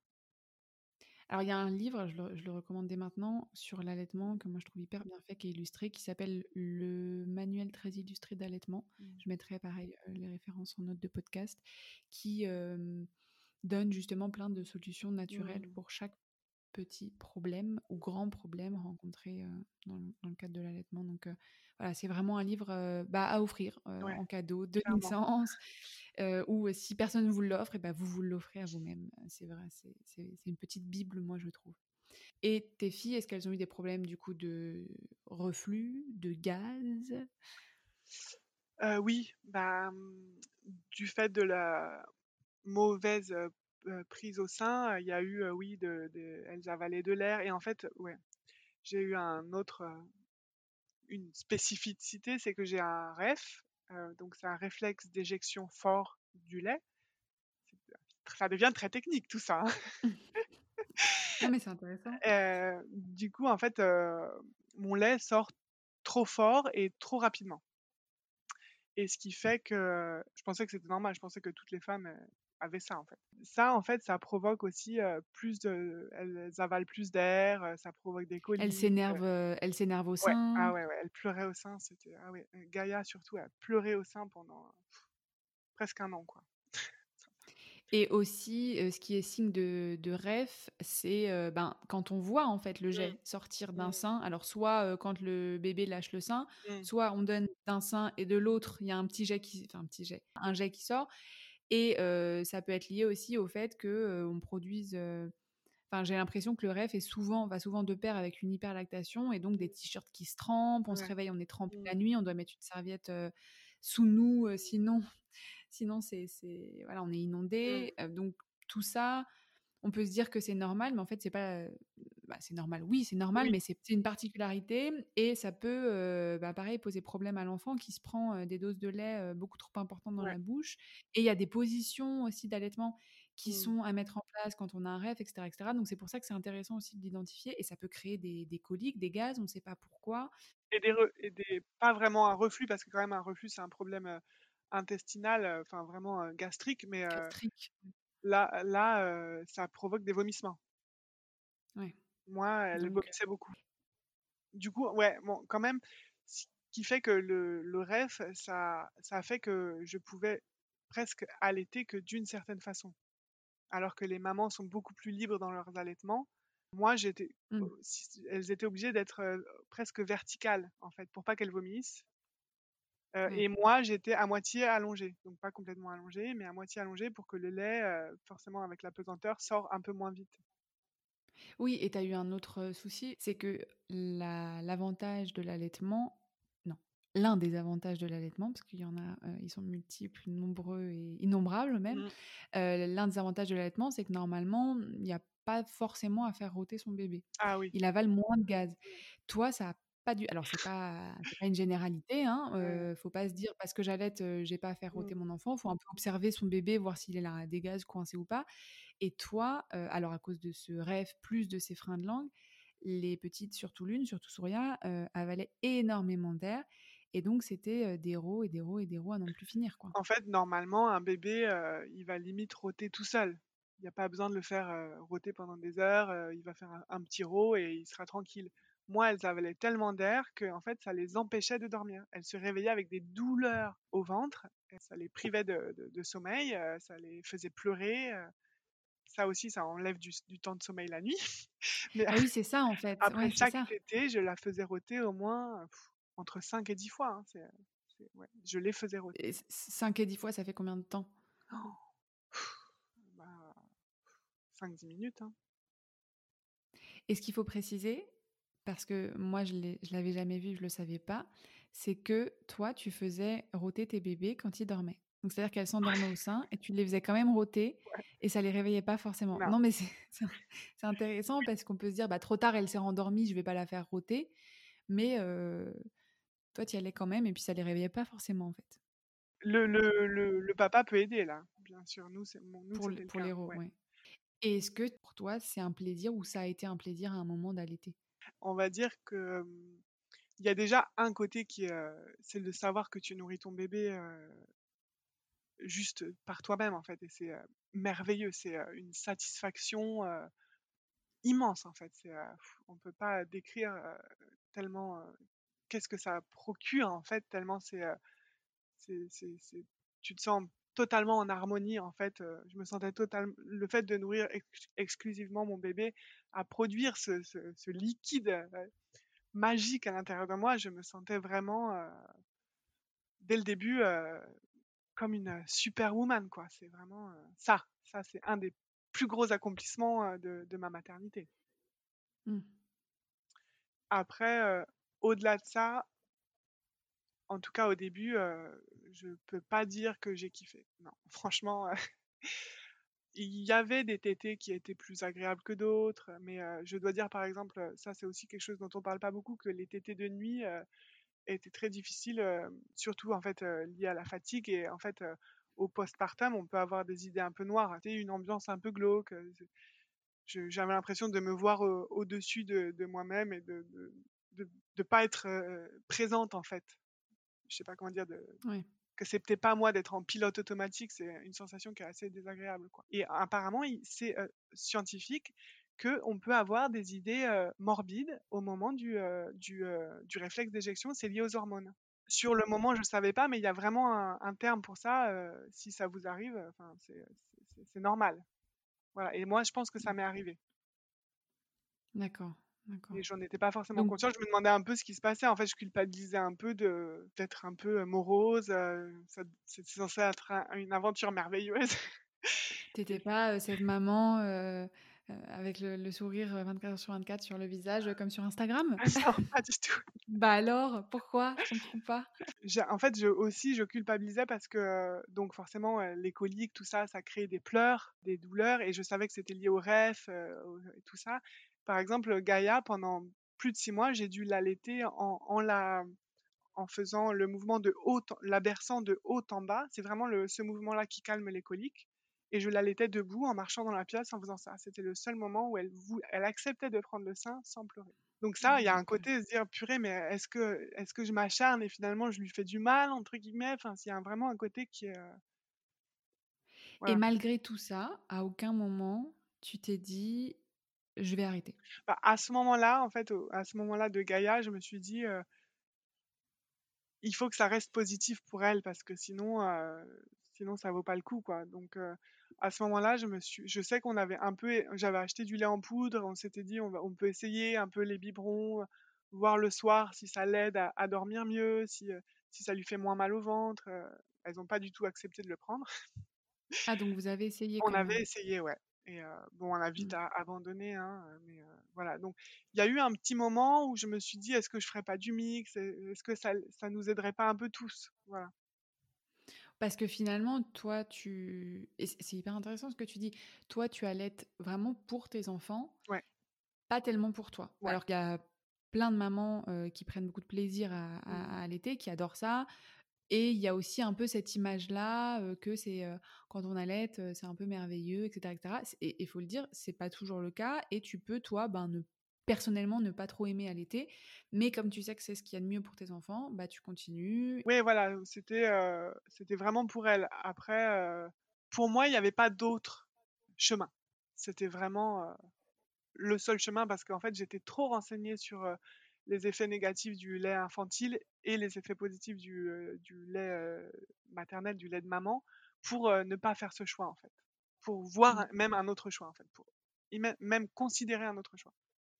Alors il y a un livre, je le recommande dès maintenant, sur l'allaitement que moi je trouve hyper bien fait, qui est illustré, qui s'appelle «Le manuel très illustré d'allaitement». Mm. Je mettrai pareil, les références en note de podcast, qui, donne justement plein de solutions naturelles Mm. pour chaque petit problème ou grand problème rencontré, dans le cadre de l'allaitement. Donc, voilà, c'est vraiment un livre, bah, à offrir, Ouais, en cadeau de clairement. naissance, ou si personne vous l'offre et bah, vous l'offrez à vous-même. C'est vrai, c'est une petite bible, moi, je trouve. Et tes filles, est-ce qu'elles ont eu des problèmes du coup de reflux, de gaz? Oui, bah, du fait de la mauvaise prise au sein, il y a eu, oui, elles avalaient de l'air. Et en fait, ouais, j'ai eu une spécificité, c'est que j'ai un REF, donc c'est un réflexe d'éjection fort du lait. Ça devient très technique tout ça, hein. Non, mais c'est intéressant. Du coup, en fait, mon lait sort trop fort et trop rapidement. Et ce qui fait que je pensais que c'était normal, je pensais que toutes les femmes, avaient ça, en fait. Ça, en fait, ça provoque aussi, elles avalent plus d'air, ça provoque des coliques. Elle s'énerve au Ouais, sein. ah ouais, ouais, elle pleurait au sein, ah ouais, Gaïa surtout, elle pleurait au sein pendant presque un an, quoi. Et aussi, ce qui est signe de REF, c'est, ben, quand on voit, en fait, le Mmh, jet sortir d'un mmh, sein. Alors soit, quand le bébé lâche le sein, mmh, soit on donne d'un sein et de l'autre, il y a un jet qui sort et ça peut être lié aussi au fait que, on produise, enfin, j'ai l'impression que le REF va souvent de pair avec une hyperlactation et donc des t-shirts qui se trempent. On se ouais, réveille, on est trempé mmh, la nuit, on doit mettre une serviette, sous nous, sinon c'est voilà, on est mmh, inondé. Donc tout ça, on peut se dire que c'est normal, mais en fait c'est pas, bah, c'est normal. Oui, c'est normal, oui, mais c'est une particularité et ça peut, bah, pareil poser problème à l'enfant qui se prend, des doses de lait, beaucoup trop importantes dans ouais, la bouche. Et il y a des positions aussi d'allaitement qui mmh. sont à mettre en place quand on a un REF, et cetera, et cetera. Donc c'est pour ça que c'est intéressant aussi de l'identifier et ça peut créer des coliques, des gaz, on ne sait pas pourquoi. Et pas vraiment un reflux, parce que quand même un reflux, c'est un problème, intestinal, enfin vraiment, gastrique, mais Gastrique. ça provoque des vomissements. Ouais. Moi, elle Donc vomissait beaucoup. Du coup, ouais, bon, quand même, ce qui fait que le REF, ça a fait que je pouvais presque allaiter que d'une certaine façon. Alors que les mamans sont beaucoup plus libres dans leurs allaitements. Moi, mmh, elles étaient obligées d'être, presque verticales, en fait, pour pas qu'elles vomissent. ouais. Et moi, j'étais à moitié allongée, donc pas complètement allongée, mais à moitié allongée pour que le lait, forcément avec la pesanteur, sort un peu moins vite. Oui, et tu as eu un autre, souci, c'est que l'avantage de l'allaitement non, l'un des avantages de l'allaitement, parce qu'il y en a, ils sont multiples, nombreux et innombrables même. Mmh. L'un des avantages de l'allaitement, c'est que normalement, il n'y a pas forcément à faire rôter son bébé. Ah oui. Il avale moins de gaz. Toi, ça a pas dû alors c'est pas une généralité, hein, Ouais. faut pas se dire: «Parce que j'allaite, j'ai pas à faire Mmh. rôter mon enfant». Faut un peu observer son bébé, voir s'il a des gaz coincés ou pas. Et toi, alors à cause de ce rêve, plus de ces freins de langue, les petites, surtout l'une, surtout Souria, avalaient énormément d'air et donc c'était, des rots et des rots et des rots à n'en plus finir, quoi. En fait, normalement, un bébé, il va limite rôter tout seul. Il y a pas besoin de le faire, rôter pendant des heures, il va faire un petit rot et il sera tranquille. Moi, elles avalaient tellement d'air qu'en fait, ça les empêchait de dormir. Elles se réveillaient avec des douleurs au ventre et ça les privait de sommeil, ça les faisait pleurer, ça aussi, ça enlève du temps de sommeil la nuit. Mais Ah oui, c'est ça, en fait. après Ouais, c'est chaque ça. tétée, je la faisais rôter au moins, entre 5 et 10 fois, hein. Ouais, je les faisais rôter. Et 5 et 10 fois, ça fait combien de temps? Bah, 5-10 minutes, hein. Et ce qu'il faut préciser, parce que moi je l'avais jamais vu, je le savais pas, c'est que toi, tu faisais rôter tes bébés quand ils dormaient. Donc c'est-à-dire qu'elles s'endormaient au sein et tu les faisais quand même rôter Ouais, et ça les réveillait pas forcément. non. Non, mais c'est intéressant parce qu'on peut se dire: «Bah, trop tard, elle s'est rendormie, je vais pas la faire rôter». Mais toi, tu y allais quand même et puis ça les réveillait pas forcément, en fait, Le papa peut aider là, bien sûr. Nous, c'était le pour cas, les rots, ouais. ouais. Et est-ce que pour toi, c'est un plaisir ou ça a été un plaisir à un moment d'allaiter? On va dire que, il y a déjà un côté qui est, c'est de savoir que tu nourris ton bébé, juste par toi-même, en fait et c'est, merveilleux. C'est, une satisfaction, immense, en fait. On peut pas décrire, tellement, qu'est-ce que ça procure, en fait, tellement c'est tu te sens totalement en harmonie, en fait, je me sentais totalement le fait de nourrir exclusivement mon bébé, à produire ce liquide, magique à l'intérieur de moi, je me sentais vraiment, dès le début, comme une, superwoman, quoi. C'est vraiment, ça c'est un des plus gros accomplissements, de ma maternité. Mmh. Après, au-delà de ça, en tout cas au début, je peux pas dire que j'ai kiffé. Non, franchement, il y avait des tétés qui étaient plus agréables que d'autres, mais je dois dire, par exemple, ça, c'est aussi quelque chose dont on parle pas beaucoup, que les tétés de nuit, étaient très difficiles, surtout, en fait, liés à la fatigue et en fait, au postpartum, on peut avoir des idées un peu noires, tu sais, une ambiance un peu glauque, j'avais l'impression de me voir au-dessus de moi-même et de pas être, présente, en fait. Je sais pas comment dire, Ouais. que c'est peut-être pas à moi d'être en pilote automatique, c'est une sensation qui est assez désagréable, quoi. Et apparemment, c'est scientifique qu'on peut avoir des idées morbides au moment du réflexe d'éjection, c'est lié aux hormones. Sur le moment, je ne savais pas, mais il y a vraiment un terme pour ça. Si ça vous arrive, enfin, c'est normal. Voilà. Et moi, je pense que ça m'est arrivé. D'accord, d'accord. Et j'en étais pas forcément Donc consciente. Je me demandais un peu ce qui se passait. En fait, je culpabilisais un peu d'être un peu morose. C'est censé être une aventure merveilleuse. t'étais pas, cette maman, avec le sourire, 24 heures sur 24 sur le visage, comme sur Instagram? Non, pas du tout. Bah alors, pourquoi? Je comprends pas. En fait, je culpabilisais parce que, donc forcément, les coliques, tout ça, ça crée des pleurs, des douleurs et je savais que c'était lié au REF, et tout ça. Par exemple, Gaïa, pendant plus de 6 mois, j'ai dû l'allaiter en faisant le mouvement la berçant de haut en bas. C'est vraiment ce mouvement-là qui calme les coliques. Et je l'allaitais debout en marchant dans la pièce en faisant ça. C'était le seul moment où elle acceptait de prendre le sein sans pleurer. Donc ça, il y a un Donc côté de se dire purée, mais est-ce que je m'acharne et finalement je lui fais du mal entre guillemets. Enfin, il y a vraiment un côté qui est et voilà. malgré tout ça, à aucun moment, tu t'es dit: «Je vais arrêter»? Bah, à ce moment-là, en fait, à ce moment-là de Gaïa, je me suis dit il faut que ça reste positif pour elle parce que sinon ça vaut pas le coup, quoi. Donc à ce moment-là, je sais qu'on avait un peu j'avais acheté du lait en poudre, on s'était dit: «On peut essayer un peu les biberons, voir le soir si ça l'aide à dormir mieux, si ça lui fait moins mal au ventre», elles ont pas du tout accepté de le prendre. Ah donc vous avez essayé On quand avait même? essayé, ouais. et bon, on a vite Mmh. abandonné, hein, mais voilà, donc il y a eu un petit moment où je me suis dit: «Est-ce que je ferais pas du mix? Est-ce que ça nous aiderait pas un peu tous?» Voilà. Parce que finalement, toi, tu et c'est hyper intéressant ce que tu dis. Toi, tu allaites vraiment pour tes enfants, Ouais, pas tellement pour toi. ouais. Alors qu'il y a plein de mamans, qui prennent beaucoup de plaisir Mmh. à allaiter, qui adorent ça et il y a aussi un peu cette image-là, que c'est, quand on allaite, c'est un peu merveilleux et cetera. Et il faut le dire, c'est pas toujours le cas et tu peux, toi, ben, personnellement, ne pas trop aimer allaiter, mais comme tu sais que c'est ce qu'il y a de mieux pour tes enfants, bah, tu continues. Ouais, voilà, c'était vraiment pour elle. Après, pour moi, il y avait pas d'autre chemin. C'était vraiment, le seul chemin parce qu'en fait, j'étais trop renseignée sur, les effets négatifs du lait infantile et les effets positifs du lait, maternel, du lait de maman pour, ne pas faire ce choix, en fait. Pour voir Mmh. même un autre choix, en fait, pour même considérer un autre choix.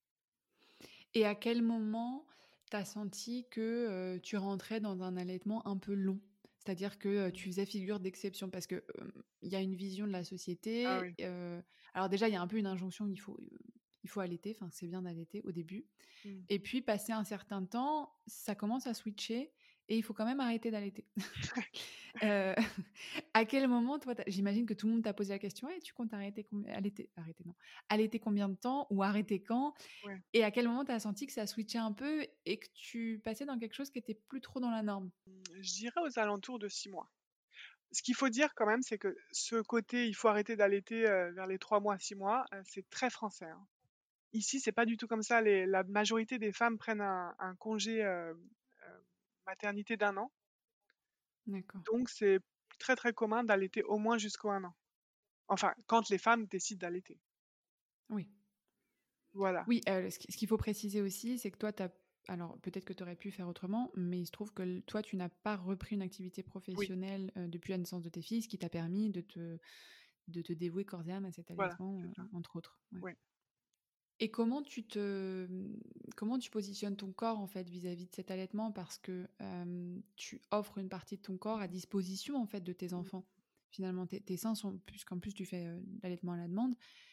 Et à quel moment tu as senti que, tu rentrais dans un allaitement un peu long? C'est-à-dire que, Mmh. tu faisais figure d'exception? Parce que, il y a une vision de la Ah société, oui. alors déjà, il y a un peu une injonction, il faut allaiter, enfin, c'est bien d'allaiter au début Mmh. et puis passé un certain temps, ça commence à switcher et il faut quand même arrêter d'allaiter. Heu, à quel moment, toi, j'imagine que tout le monde t'a posé la question: «Et tu comptes arrêter arrêter non, allaiter combien de temps ou arrêter quand?» Ouais. Et à quel moment tu as senti que ça switchait un peu et que tu passais dans quelque chose qui était plus trop dans la norme? Je dirais aux alentours de 6 mois. Ce qu'il faut dire quand même, c'est que ce côté, il faut arrêter d'allaiter, vers les 3 mois, 6 mois, c'est très français, hein. Ici, c'est pas du tout comme ça. La majorité des femmes prennent un congé, maternité d'1 an, D'accord. donc c'est très, très commun d'allaiter au moins jusqu'au 1 an. Enfin, quand les femmes décident d'allaiter. Oui. Voilà. Oui, ce qu'il faut préciser aussi, c'est que toi, alors peut-être que tu aurais pu faire autrement, mais il se trouve que toi, tu n'as pas repris une activité Oui, professionnelle, depuis la naissance de tes filles, ce qui t'a permis de te dévouer corps et âme à cet voilà, allaitement, c'est ça. entre autres. Ouais. Ouais. Et comment tu positionnes ton corps, en fait, vis-à-vis de cet allaitement? Parce que, tu offres une partie de ton corps à disposition, en fait, de tes Mmh. enfants. Finalement, tes seins sont puisqu'en plus tu fais, l'allaitement à la demande,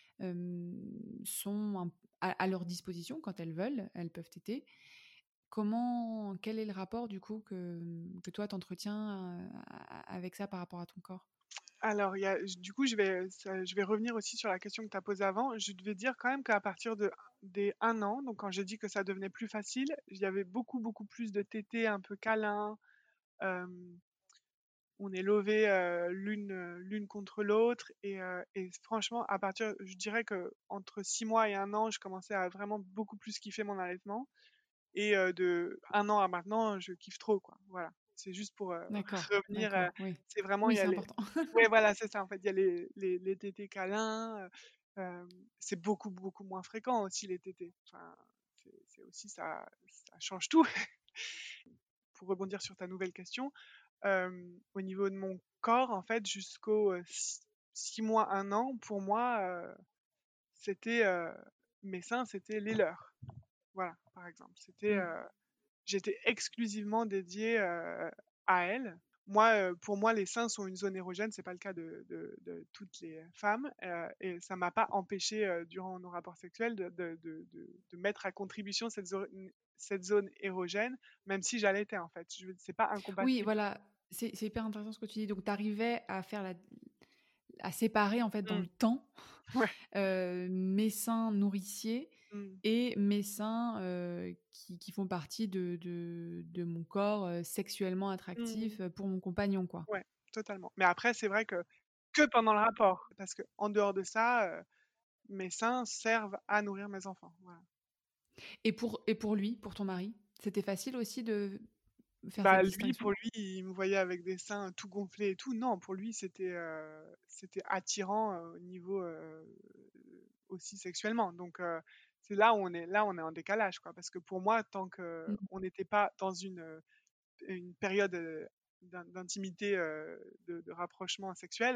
sont à leur disposition quand elles veulent, elles peuvent téter. Quel est le rapport du coup que toi t'entretiens, avec ça par rapport à ton corps? Alors, il y a du coup, je vais revenir aussi sur la question que tu as posée avant. Je devais dire quand même qu'à partir des 1 an, donc quand j'ai dit que ça devenait plus facile, il y avait beaucoup, beaucoup plus de tétés un peu câlins, hem, on est levées, l'une contre l'autre et franchement, à partir je dirais qu'entre 6 mois et 1 an, je commençais à vraiment beaucoup plus kiffer mon allaitement et de 1 an à maintenant, je kiffe trop, quoi. Voilà. C'est juste pour, D'accord, revenir, d'accord, oui. c'est vraiment il Oui, y a c'est les important. ouais, voilà, c'est ça, en fait, il y a les tétés câlins, c'est beaucoup, beaucoup moins fréquent aussi les tétés. Enfin, c'est aussi ça change tout. Pour rebondir sur ta nouvelle question, au niveau de mon corps, en fait, jusqu'aux, 6 mois, 1 an, pour moi, c'était, mes seins, c'était les leurs. Voilà, par exemple. Mmh. J'étais exclusivement dédiée, à elles. Moi, pour moi, les seins sont une zone érogène, c'est pas le cas de toutes les femmes, et ça m'a pas empêché durant nos rapports sexuels de mettre à contribution cette zone érogène, même si j'allaitais, en fait. Je C'est pas Oui, incompatible. voilà, c'est hyper intéressant ce que tu dis. Donc tu arrivais à séparer en fait dans Mmh. le temps, Ouais. mes seins nourriciers Mmh. et mes seins, qui font partie de mon corps, sexuellement Mmh. attractif, pour mon compagnon, quoi. Ouais, totalement. Mais après, c'est vrai que pendant le rapport, parce qu'en dehors de ça, mes seins servent à nourrir mes enfants, voilà. Et pour lui, pour ton mari, c'était facile aussi de faire Bah, cette lui, pour distinction? lui, il me voyait avec des seins tout gonflés et tout. Non, pour lui, c'était attirant, au niveau, aussi sexuellement. Donc, c'est là, on est en décalage, quoi. Parce que pour moi, tant Mmh. qu'on n'était pas dans une période, d'intimité, de rapprochement sexuel,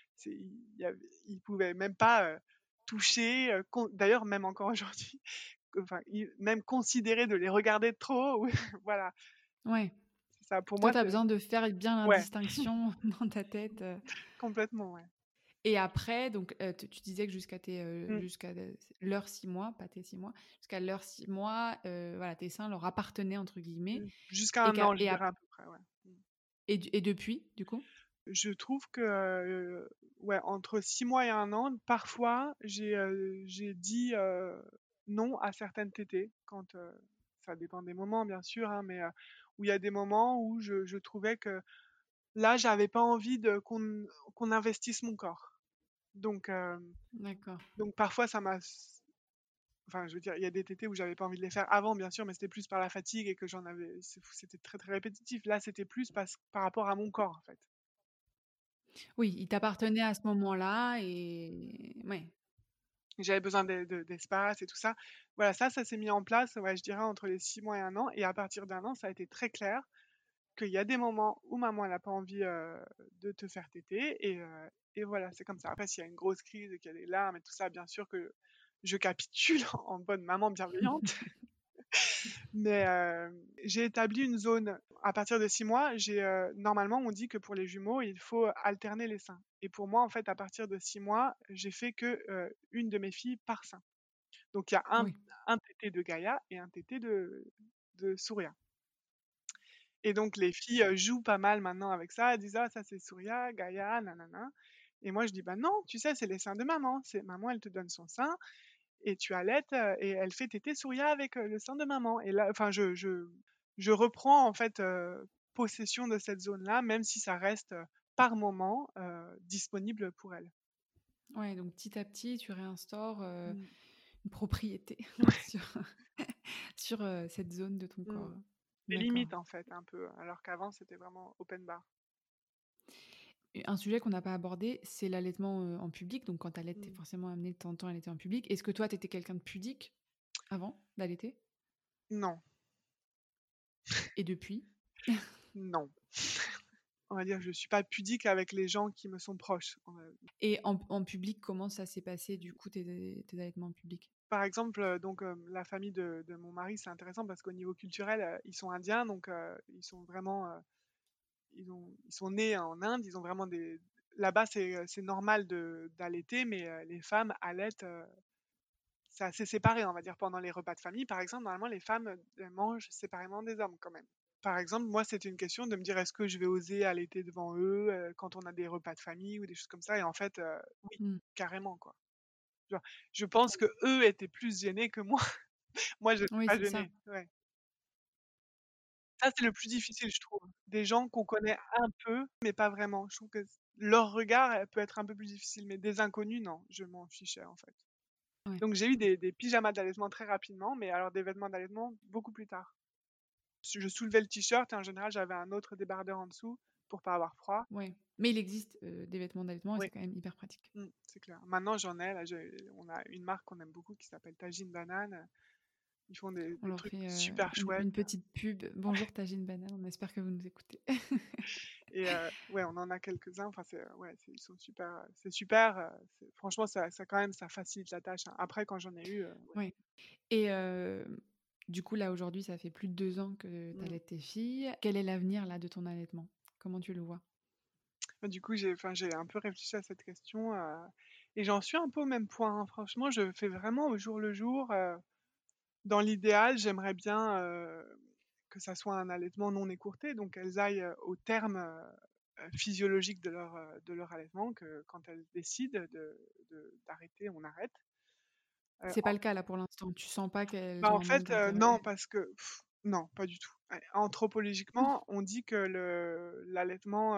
il pouvait même pas, toucher, d'ailleurs, même encore aujourd'hui, enfin, même considérer de les regarder de trop haut, ou voilà. Ouais. C'est ça, pour Toi, moi, tu as c'est besoin de faire bien la ouais, distinction dans ta tête, complètement, ouais. Et après, donc, tu disais que Mmh. jusqu'à leurs 6 mois, pas tes 6 mois, jusqu'à leurs 6 mois, voilà, tes seins leur «appartenaient» entre guillemets Jusqu'à et 1 qu'à an, je dirais à peu près, ouais. et depuis, du coup? Je trouve que, ouais, entre 6 mois et 1 an, parfois, j'ai dit, non à certaines tétées quand, ça dépend des moments bien sûr, hein, mais, où il y a des moments où je trouvais que là, j'avais pas envie de qu'on investisse mon corps. Donc, D'accord. parfois ça m'a s enfin, je veux dire, il y a des tétées où j'avais pas envie de les faire avant bien sûr, mais c'était plus par la fatigue et que c'était très, très répétitif. Là, c'était plus par rapport à mon corps, en fait. Oui, il t'appartenait à ce moment-là et ouais, J'avais besoin d'espace et tout ça. Voilà, ça s'est mis en place, ouais, je dirais entre les 6 mois et 1 an et à partir d'1 an, ça a été très clair qu'il y a des moments où maman elle a pas envie, de te faire téter et voilà, c'est comme ça. Après s'il y a une grosse crise et qu'il y a des larmes et tout ça, bien sûr que je capitule en bonne maman bienveillante. Mais, j'ai établi une zone. À partir de 6 mois, normalement, on dit que pour les jumeaux, il faut alterner les seins et pour moi, en fait, à partir de 6 mois, j'ai fait que, 1 de mes filles par sein. Donc il y a oui. un tété de Gaïa et un tété de Souria. Et donc les filles, jouent pas mal maintenant avec ça. Elles disent: «Ah ça c'est Souria, Gaïa, nanana» et moi je dis: «Bah non, tu sais, c'est les seins de maman. C'est maman, elle te donne son sein et tu allaites, et elle fait téter Souria avec, le sein de maman» et là enfin je reprends en fait, possession de cette zone-là, même si ça reste, par moment, disponible pour elle. Ouais, donc petit à petit, tu réinstaures, Mmh. une propriété sur sur, cette zone de ton Mmh. corps. Des D'accord. limites en fait un peu, alors qu'avant c'était vraiment open bar. Et un sujet qu'on n'a pas abordé, c'est l'allaitement, en public. Donc quand tu allaites, tu es Mmh. forcément amené de temps en temps à allaiter en public. Est-ce que toi, tu étais quelqu'un de pudique avant d'allaiter? Non, Et depuis? non. On va dire, je suis pas pudique avec les gens qui me sont proches. Et en public, comment ça s'est passé du coup tes allaitements en public? Par exemple, donc, la famille de mon mari, c'est intéressant parce qu'au niveau culturel, ils sont indiens, donc, ils sont vraiment, ils sont nés en Inde, ils ont vraiment des là-bas, c'est normal d'allaiter, mais, les femmes allaitent, c'est assez séparé, on va dire. Pendant les repas de famille, par exemple, normalement, les femmes, mangent séparément des hommes quand même. Par exemple, moi, c'était une question de me dire: «Est-ce que je vais oser allaiter devant eux, quand on a des repas de famille ou des choses comme ça?» et en fait, oui, Mmh. carrément, quoi. Genre, je pense qu'eux étaient plus gênés que moi. Moi, j'étais Oui, pas c'est ça. gênée, ouais. Ça, c'est le plus difficile, je trouve. Des gens qu'on connaît un peu, mais pas vraiment. Je trouve que leur regard, peut être un peu plus difficile, mais des inconnus, non, je m'en fichais, en fait. Ouais. Donc j'ai eu des pyjamas d'allaitement très rapidement, mais alors des vêtements d'allaitement beaucoup plus tard. Je soulevais le t-shirt et en général, j'avais un autre débardeur en dessous pour pas avoir froid. Ouais. Mais il existe, des vêtements d'allaitement et Oui, c'est quand même hyper pratique. c'est clair. Maintenant, j'en ai, là, on a une marque qu'on aime beaucoup qui s'appelle Tajine Banane. Ils font On des leur trucs fait, super chouettes. une petite pub. Bonjour Tagine Banane, on espère que vous nous écoutez. Et ouais, on en a quelques-uns. Enfin, ouais, ils sont super. C'est super. Franchement, ça quand même, ça facilite la tâche, hein. Après, quand j'en ai eu, ouais. Ouais. Et du coup, là, aujourd'hui, ça fait plus de 2 ans que tu Mm. allaites tes filles. Quel est l'avenir, là, de ton allaitement? Comment tu le vois? Du coup, j'ai un peu réfléchi à cette question et j'en suis un peu au même point, hein. Franchement, je fais vraiment au jour le jour. Dans l'idéal, j'aimerais bien que ça soit un allaitement non écourté, donc elles aillent au terme physiologique de leur allaitement, que quand elles décident d'arrêter, on arrête. Euh, C'est pas le cas, là, pour l'instant? Tu sens pas qu'elles Bah, ont en un fait, manque d'intérêt? non, parce que non, pas du tout. Anthropologiquement, on dit que l'allaitement,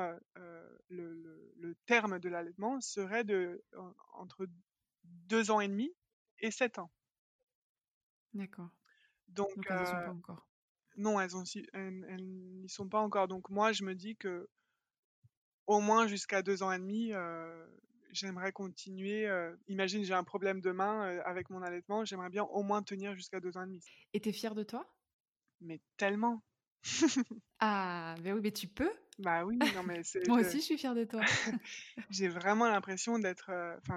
le terme de l'allaitement serait entre 2 ans et demi et 7 ans. D'accord. Donc Donc elles y sont pas encore. non, elles n'y sont pas encore. Donc moi, je me dis que au moins jusqu'à 2 ans et demi, j'aimerais continuer, imagine, j'ai un problème demain, avec mon allaitement, j'aimerais bien au moins tenir jusqu'à 2 ans et demi. Et tu es fière de toi? Mais tellement! Ah, beh, oui, mais tu peux. Bah oui, non mais Moi aussi, je suis fière de toi. j'ai vraiment l'impression d'être, enfin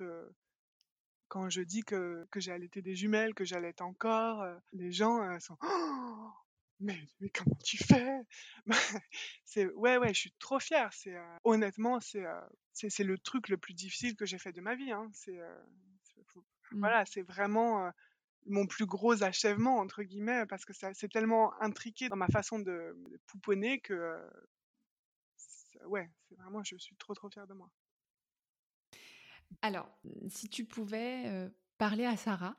quand je dis que j'ai allaité des jumelles, que j'allaite encore, les gens, sont: «Oh! Mais comment tu fais?» Ouais, ouais, je suis trop fière, honnêtement, c'est le truc le plus difficile que j'ai fait de ma vie, hein. Mmh. Voilà, c'est vraiment mon plus gros achèvement, entre guillemets, parce que c'est tellement intriqué dans ma façon de pouponner que, ouais, c'est vraiment, je suis trop, trop fière de moi. Alors, si tu pouvais, parler à Sarah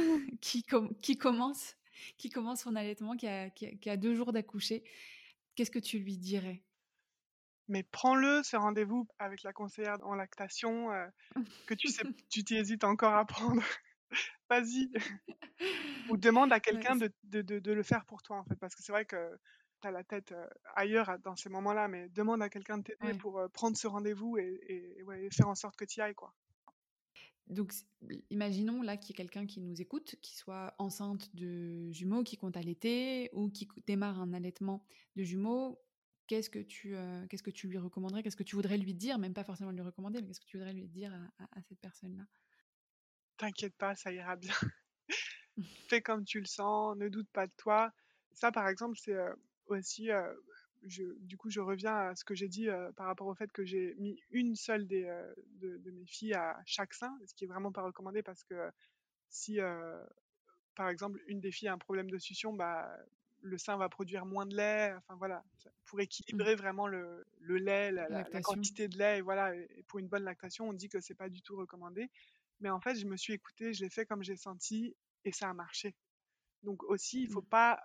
qui qui commence son allaitement, qui a 2 jours d'accoucher, qu'est-ce que tu lui dirais? Mais prends-le, ce rendez-vous avec la conseillère en lactation, que tu sais, tu t'hésites encore à prendre. Vas-y. Ou demande à Ouais, quelqu'un de le faire pour toi, en fait, parce que c'est vrai que tu as la tête, ailleurs dans ces moments-là, mais demande à quelqu'un de t'aider ouais. pour, prendre ce rendez-vous et ouais, et faire en sorte que tu y ailles, quoi. Donc imaginons là qu'il y ait quelqu'un qui nous écoute, qui soit enceinte de jumeaux, qui compte allaiter ou qui démarre un allaitement de jumeaux. Qu'est-ce que tu lui recommanderais? Qu'est-ce que tu voudrais lui dire? Même pas forcément lui recommander, mais qu'est-ce que tu voudrais lui dire à cette personne-là? T'inquiète pas, ça ira bien. Fais comme tu le sens, ne doute pas de toi. Ça, par exemple, c'est, aussi, du coup, je reviens à ce que j'ai dit, par rapport au fait que j'ai mis une seule de mes filles à chaque sein, ce qui est vraiment pas recommandé parce que si, par exemple, une des filles a un problème de succion, bah, le sein va produire moins de lait, enfin voilà, pour Mmh. équilibrer vraiment le lait, la Lactation. quantité de lait, et voilà, et pour une bonne lactation, on dit que c'est pas du tout recommandé. Mais en fait, je me suis écoutée, je l'ai fait comme j'ai senti et ça a marché. Donc aussi, il faut Mmh. pas.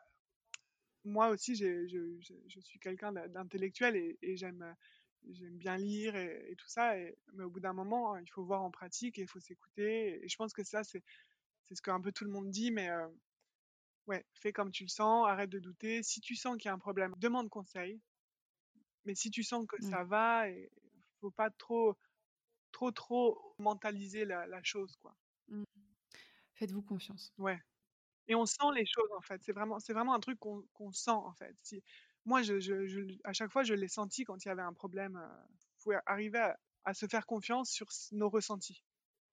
Moi aussi, je suis quelqu'un d'intellectuel et j'aime bien lire et tout ça. Mais au bout d'un moment, il faut voir en pratique et il faut s'écouter. Et je pense que ça, c'est ce qu'un peu tout le monde dit, mais ouais, fais comme tu le sens, arrête de douter. Si tu sens qu'il y a un problème, demande conseil. Mais si tu sens que Ouais. ça va, et faut pas trop, trop, trop mentaliser la chose, quoi. Mmh. Faites-vous confiance. Ouais. Et on sent les choses, en fait. C'est vraiment un truc qu'on sent, en fait. Moi, à chaque fois, je l'ai senti quand il y avait un problème. Faut arriver à se faire confiance sur nos ressentis.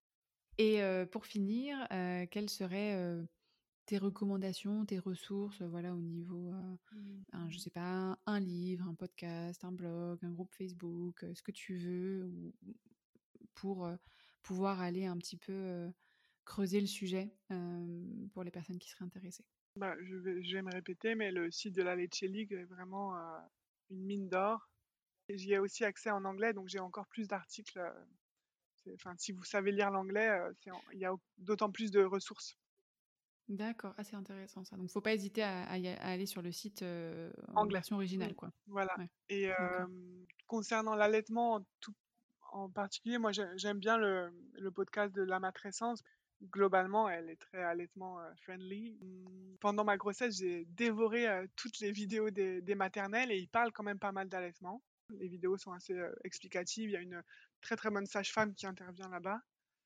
Et pour finir, quelles seraient, tes recommandations, tes ressources, voilà, au niveau, je sais pas, un livre, un podcast, un blog, un groupe Facebook, ce que tu veux ou pour, pouvoir aller un petit peu, creuser le sujet, pour les personnes qui seraient intéressées? Bah, je vais me répéter, mais le site de la Leche League est vraiment une mine d'or. Et j'y ai aussi accès en anglais, donc j'ai encore plus d'articles. Enfin, si vous savez lire l'anglais, il y a d'autant plus de ressources. D'accord, ah, c'est intéressant ça. Donc faut pas hésiter à aller sur le site, en Anglais. version Mmh. originale, quoi? Voilà. Ouais, Et d'accord. concernant l'allaitement en particulier, moi j'aime bien le podcast de la matrescence. Globalement, elle est très allaitement friendly. Pendant ma grossesse, j'ai dévoré toutes les vidéos des maternelles et ils parlent quand même pas mal d'allaitement. Les vidéos sont assez explicatives. Il y a une très très bonne sage-femme qui intervient là-bas.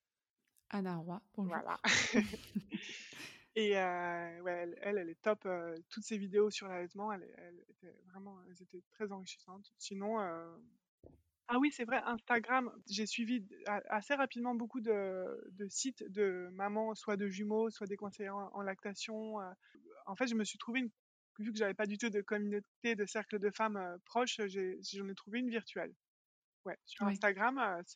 Anna Roy, Voilà. bonjour. Et ouais, elle est top. Toutes ces vidéos sur l'allaitement, elles étaient très enrichissantes. Sinon, ah oui, c'est vrai, Instagram, j'ai suivi assez rapidement beaucoup de sites de mamans, soit de jumeaux, soit des conseillers en lactation. En fait, je me suis trouvé vu que j'avais pas du tout de communauté, de cercle de femmes proches, j'en ai trouvé une virtuelle. Ouais, sur Ouais. Instagram,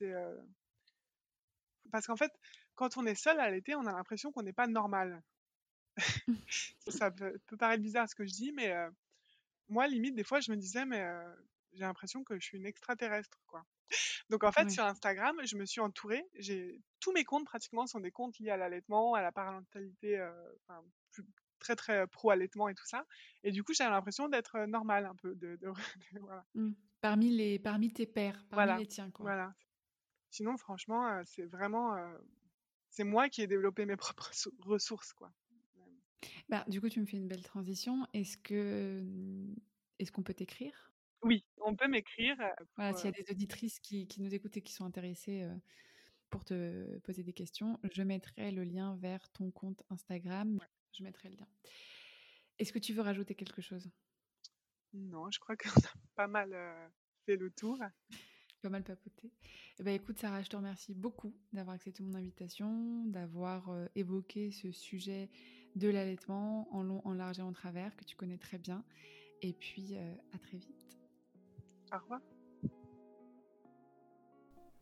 parce qu'en fait, quand on est seul à l'été, on a l'impression qu'on n'est pas normal. Ça peut paraître bizarre ce que je dis, mais moi, limite, des fois, je me disais, mais j'ai l'impression que je suis une extraterrestre, quoi. Donc en fait, Ouais. sur Instagram, je me suis entourée. Tous mes comptes pratiquement sont des comptes liés à l'allaitement, à la parentalité, enfin, très très pro allaitement et tout ça. Et du coup, j'avais l'impression d'être normale un peu, voilà, Mmh. Parmi tes pairs, parmi voilà, les tiens, quoi. voilà. Sinon, franchement, c'est moi qui ai développé mes propres ressources, quoi. Bah, du coup, tu me fais une belle transition. Est-ce qu'on peut t'écrire? Oui, on peut m'écrire. Voilà, s'il y a des auditrices qui nous écoutent et qui sont intéressées, pour te poser des questions, je mettrai le lien vers ton compte Instagram. Ouais. Je mettrai le lien. Est-ce que tu veux rajouter quelque chose? Non, je crois qu'on a pas mal fait le tour. Pas mal papoté. Eh ben, écoute, Sarah, je te remercie beaucoup d'avoir accepté mon invitation, d'avoir évoqué ce sujet de l'allaitement en long, en large et en travers, que tu connais très bien. Et puis, à très vite. Au revoir.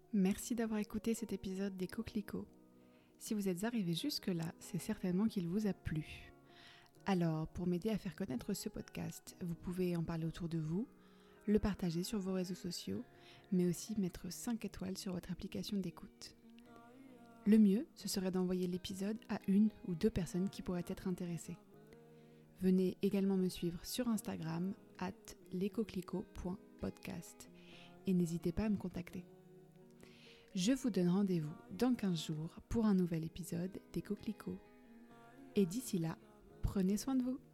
Merci d'avoir écouté cet épisode des Coquelicots. Si vous êtes arrivé jusque-là, c'est certainement qu'il vous a plu. Alors, pour m'aider à faire connaître ce podcast, vous pouvez en parler autour de vous, le partager sur vos réseaux sociaux, mais aussi mettre 5 étoiles sur votre application d'écoute. Le mieux, ce serait d'envoyer l'épisode à 1 ou 2 personnes qui pourraient être intéressées. Venez également me suivre sur Instagram @lescoquelicots.podcast et n'hésitez pas à me contacter. Je vous donne rendez-vous dans 15 jours pour un nouvel épisode des Coquelicots. Et d'ici là, prenez soin de vous.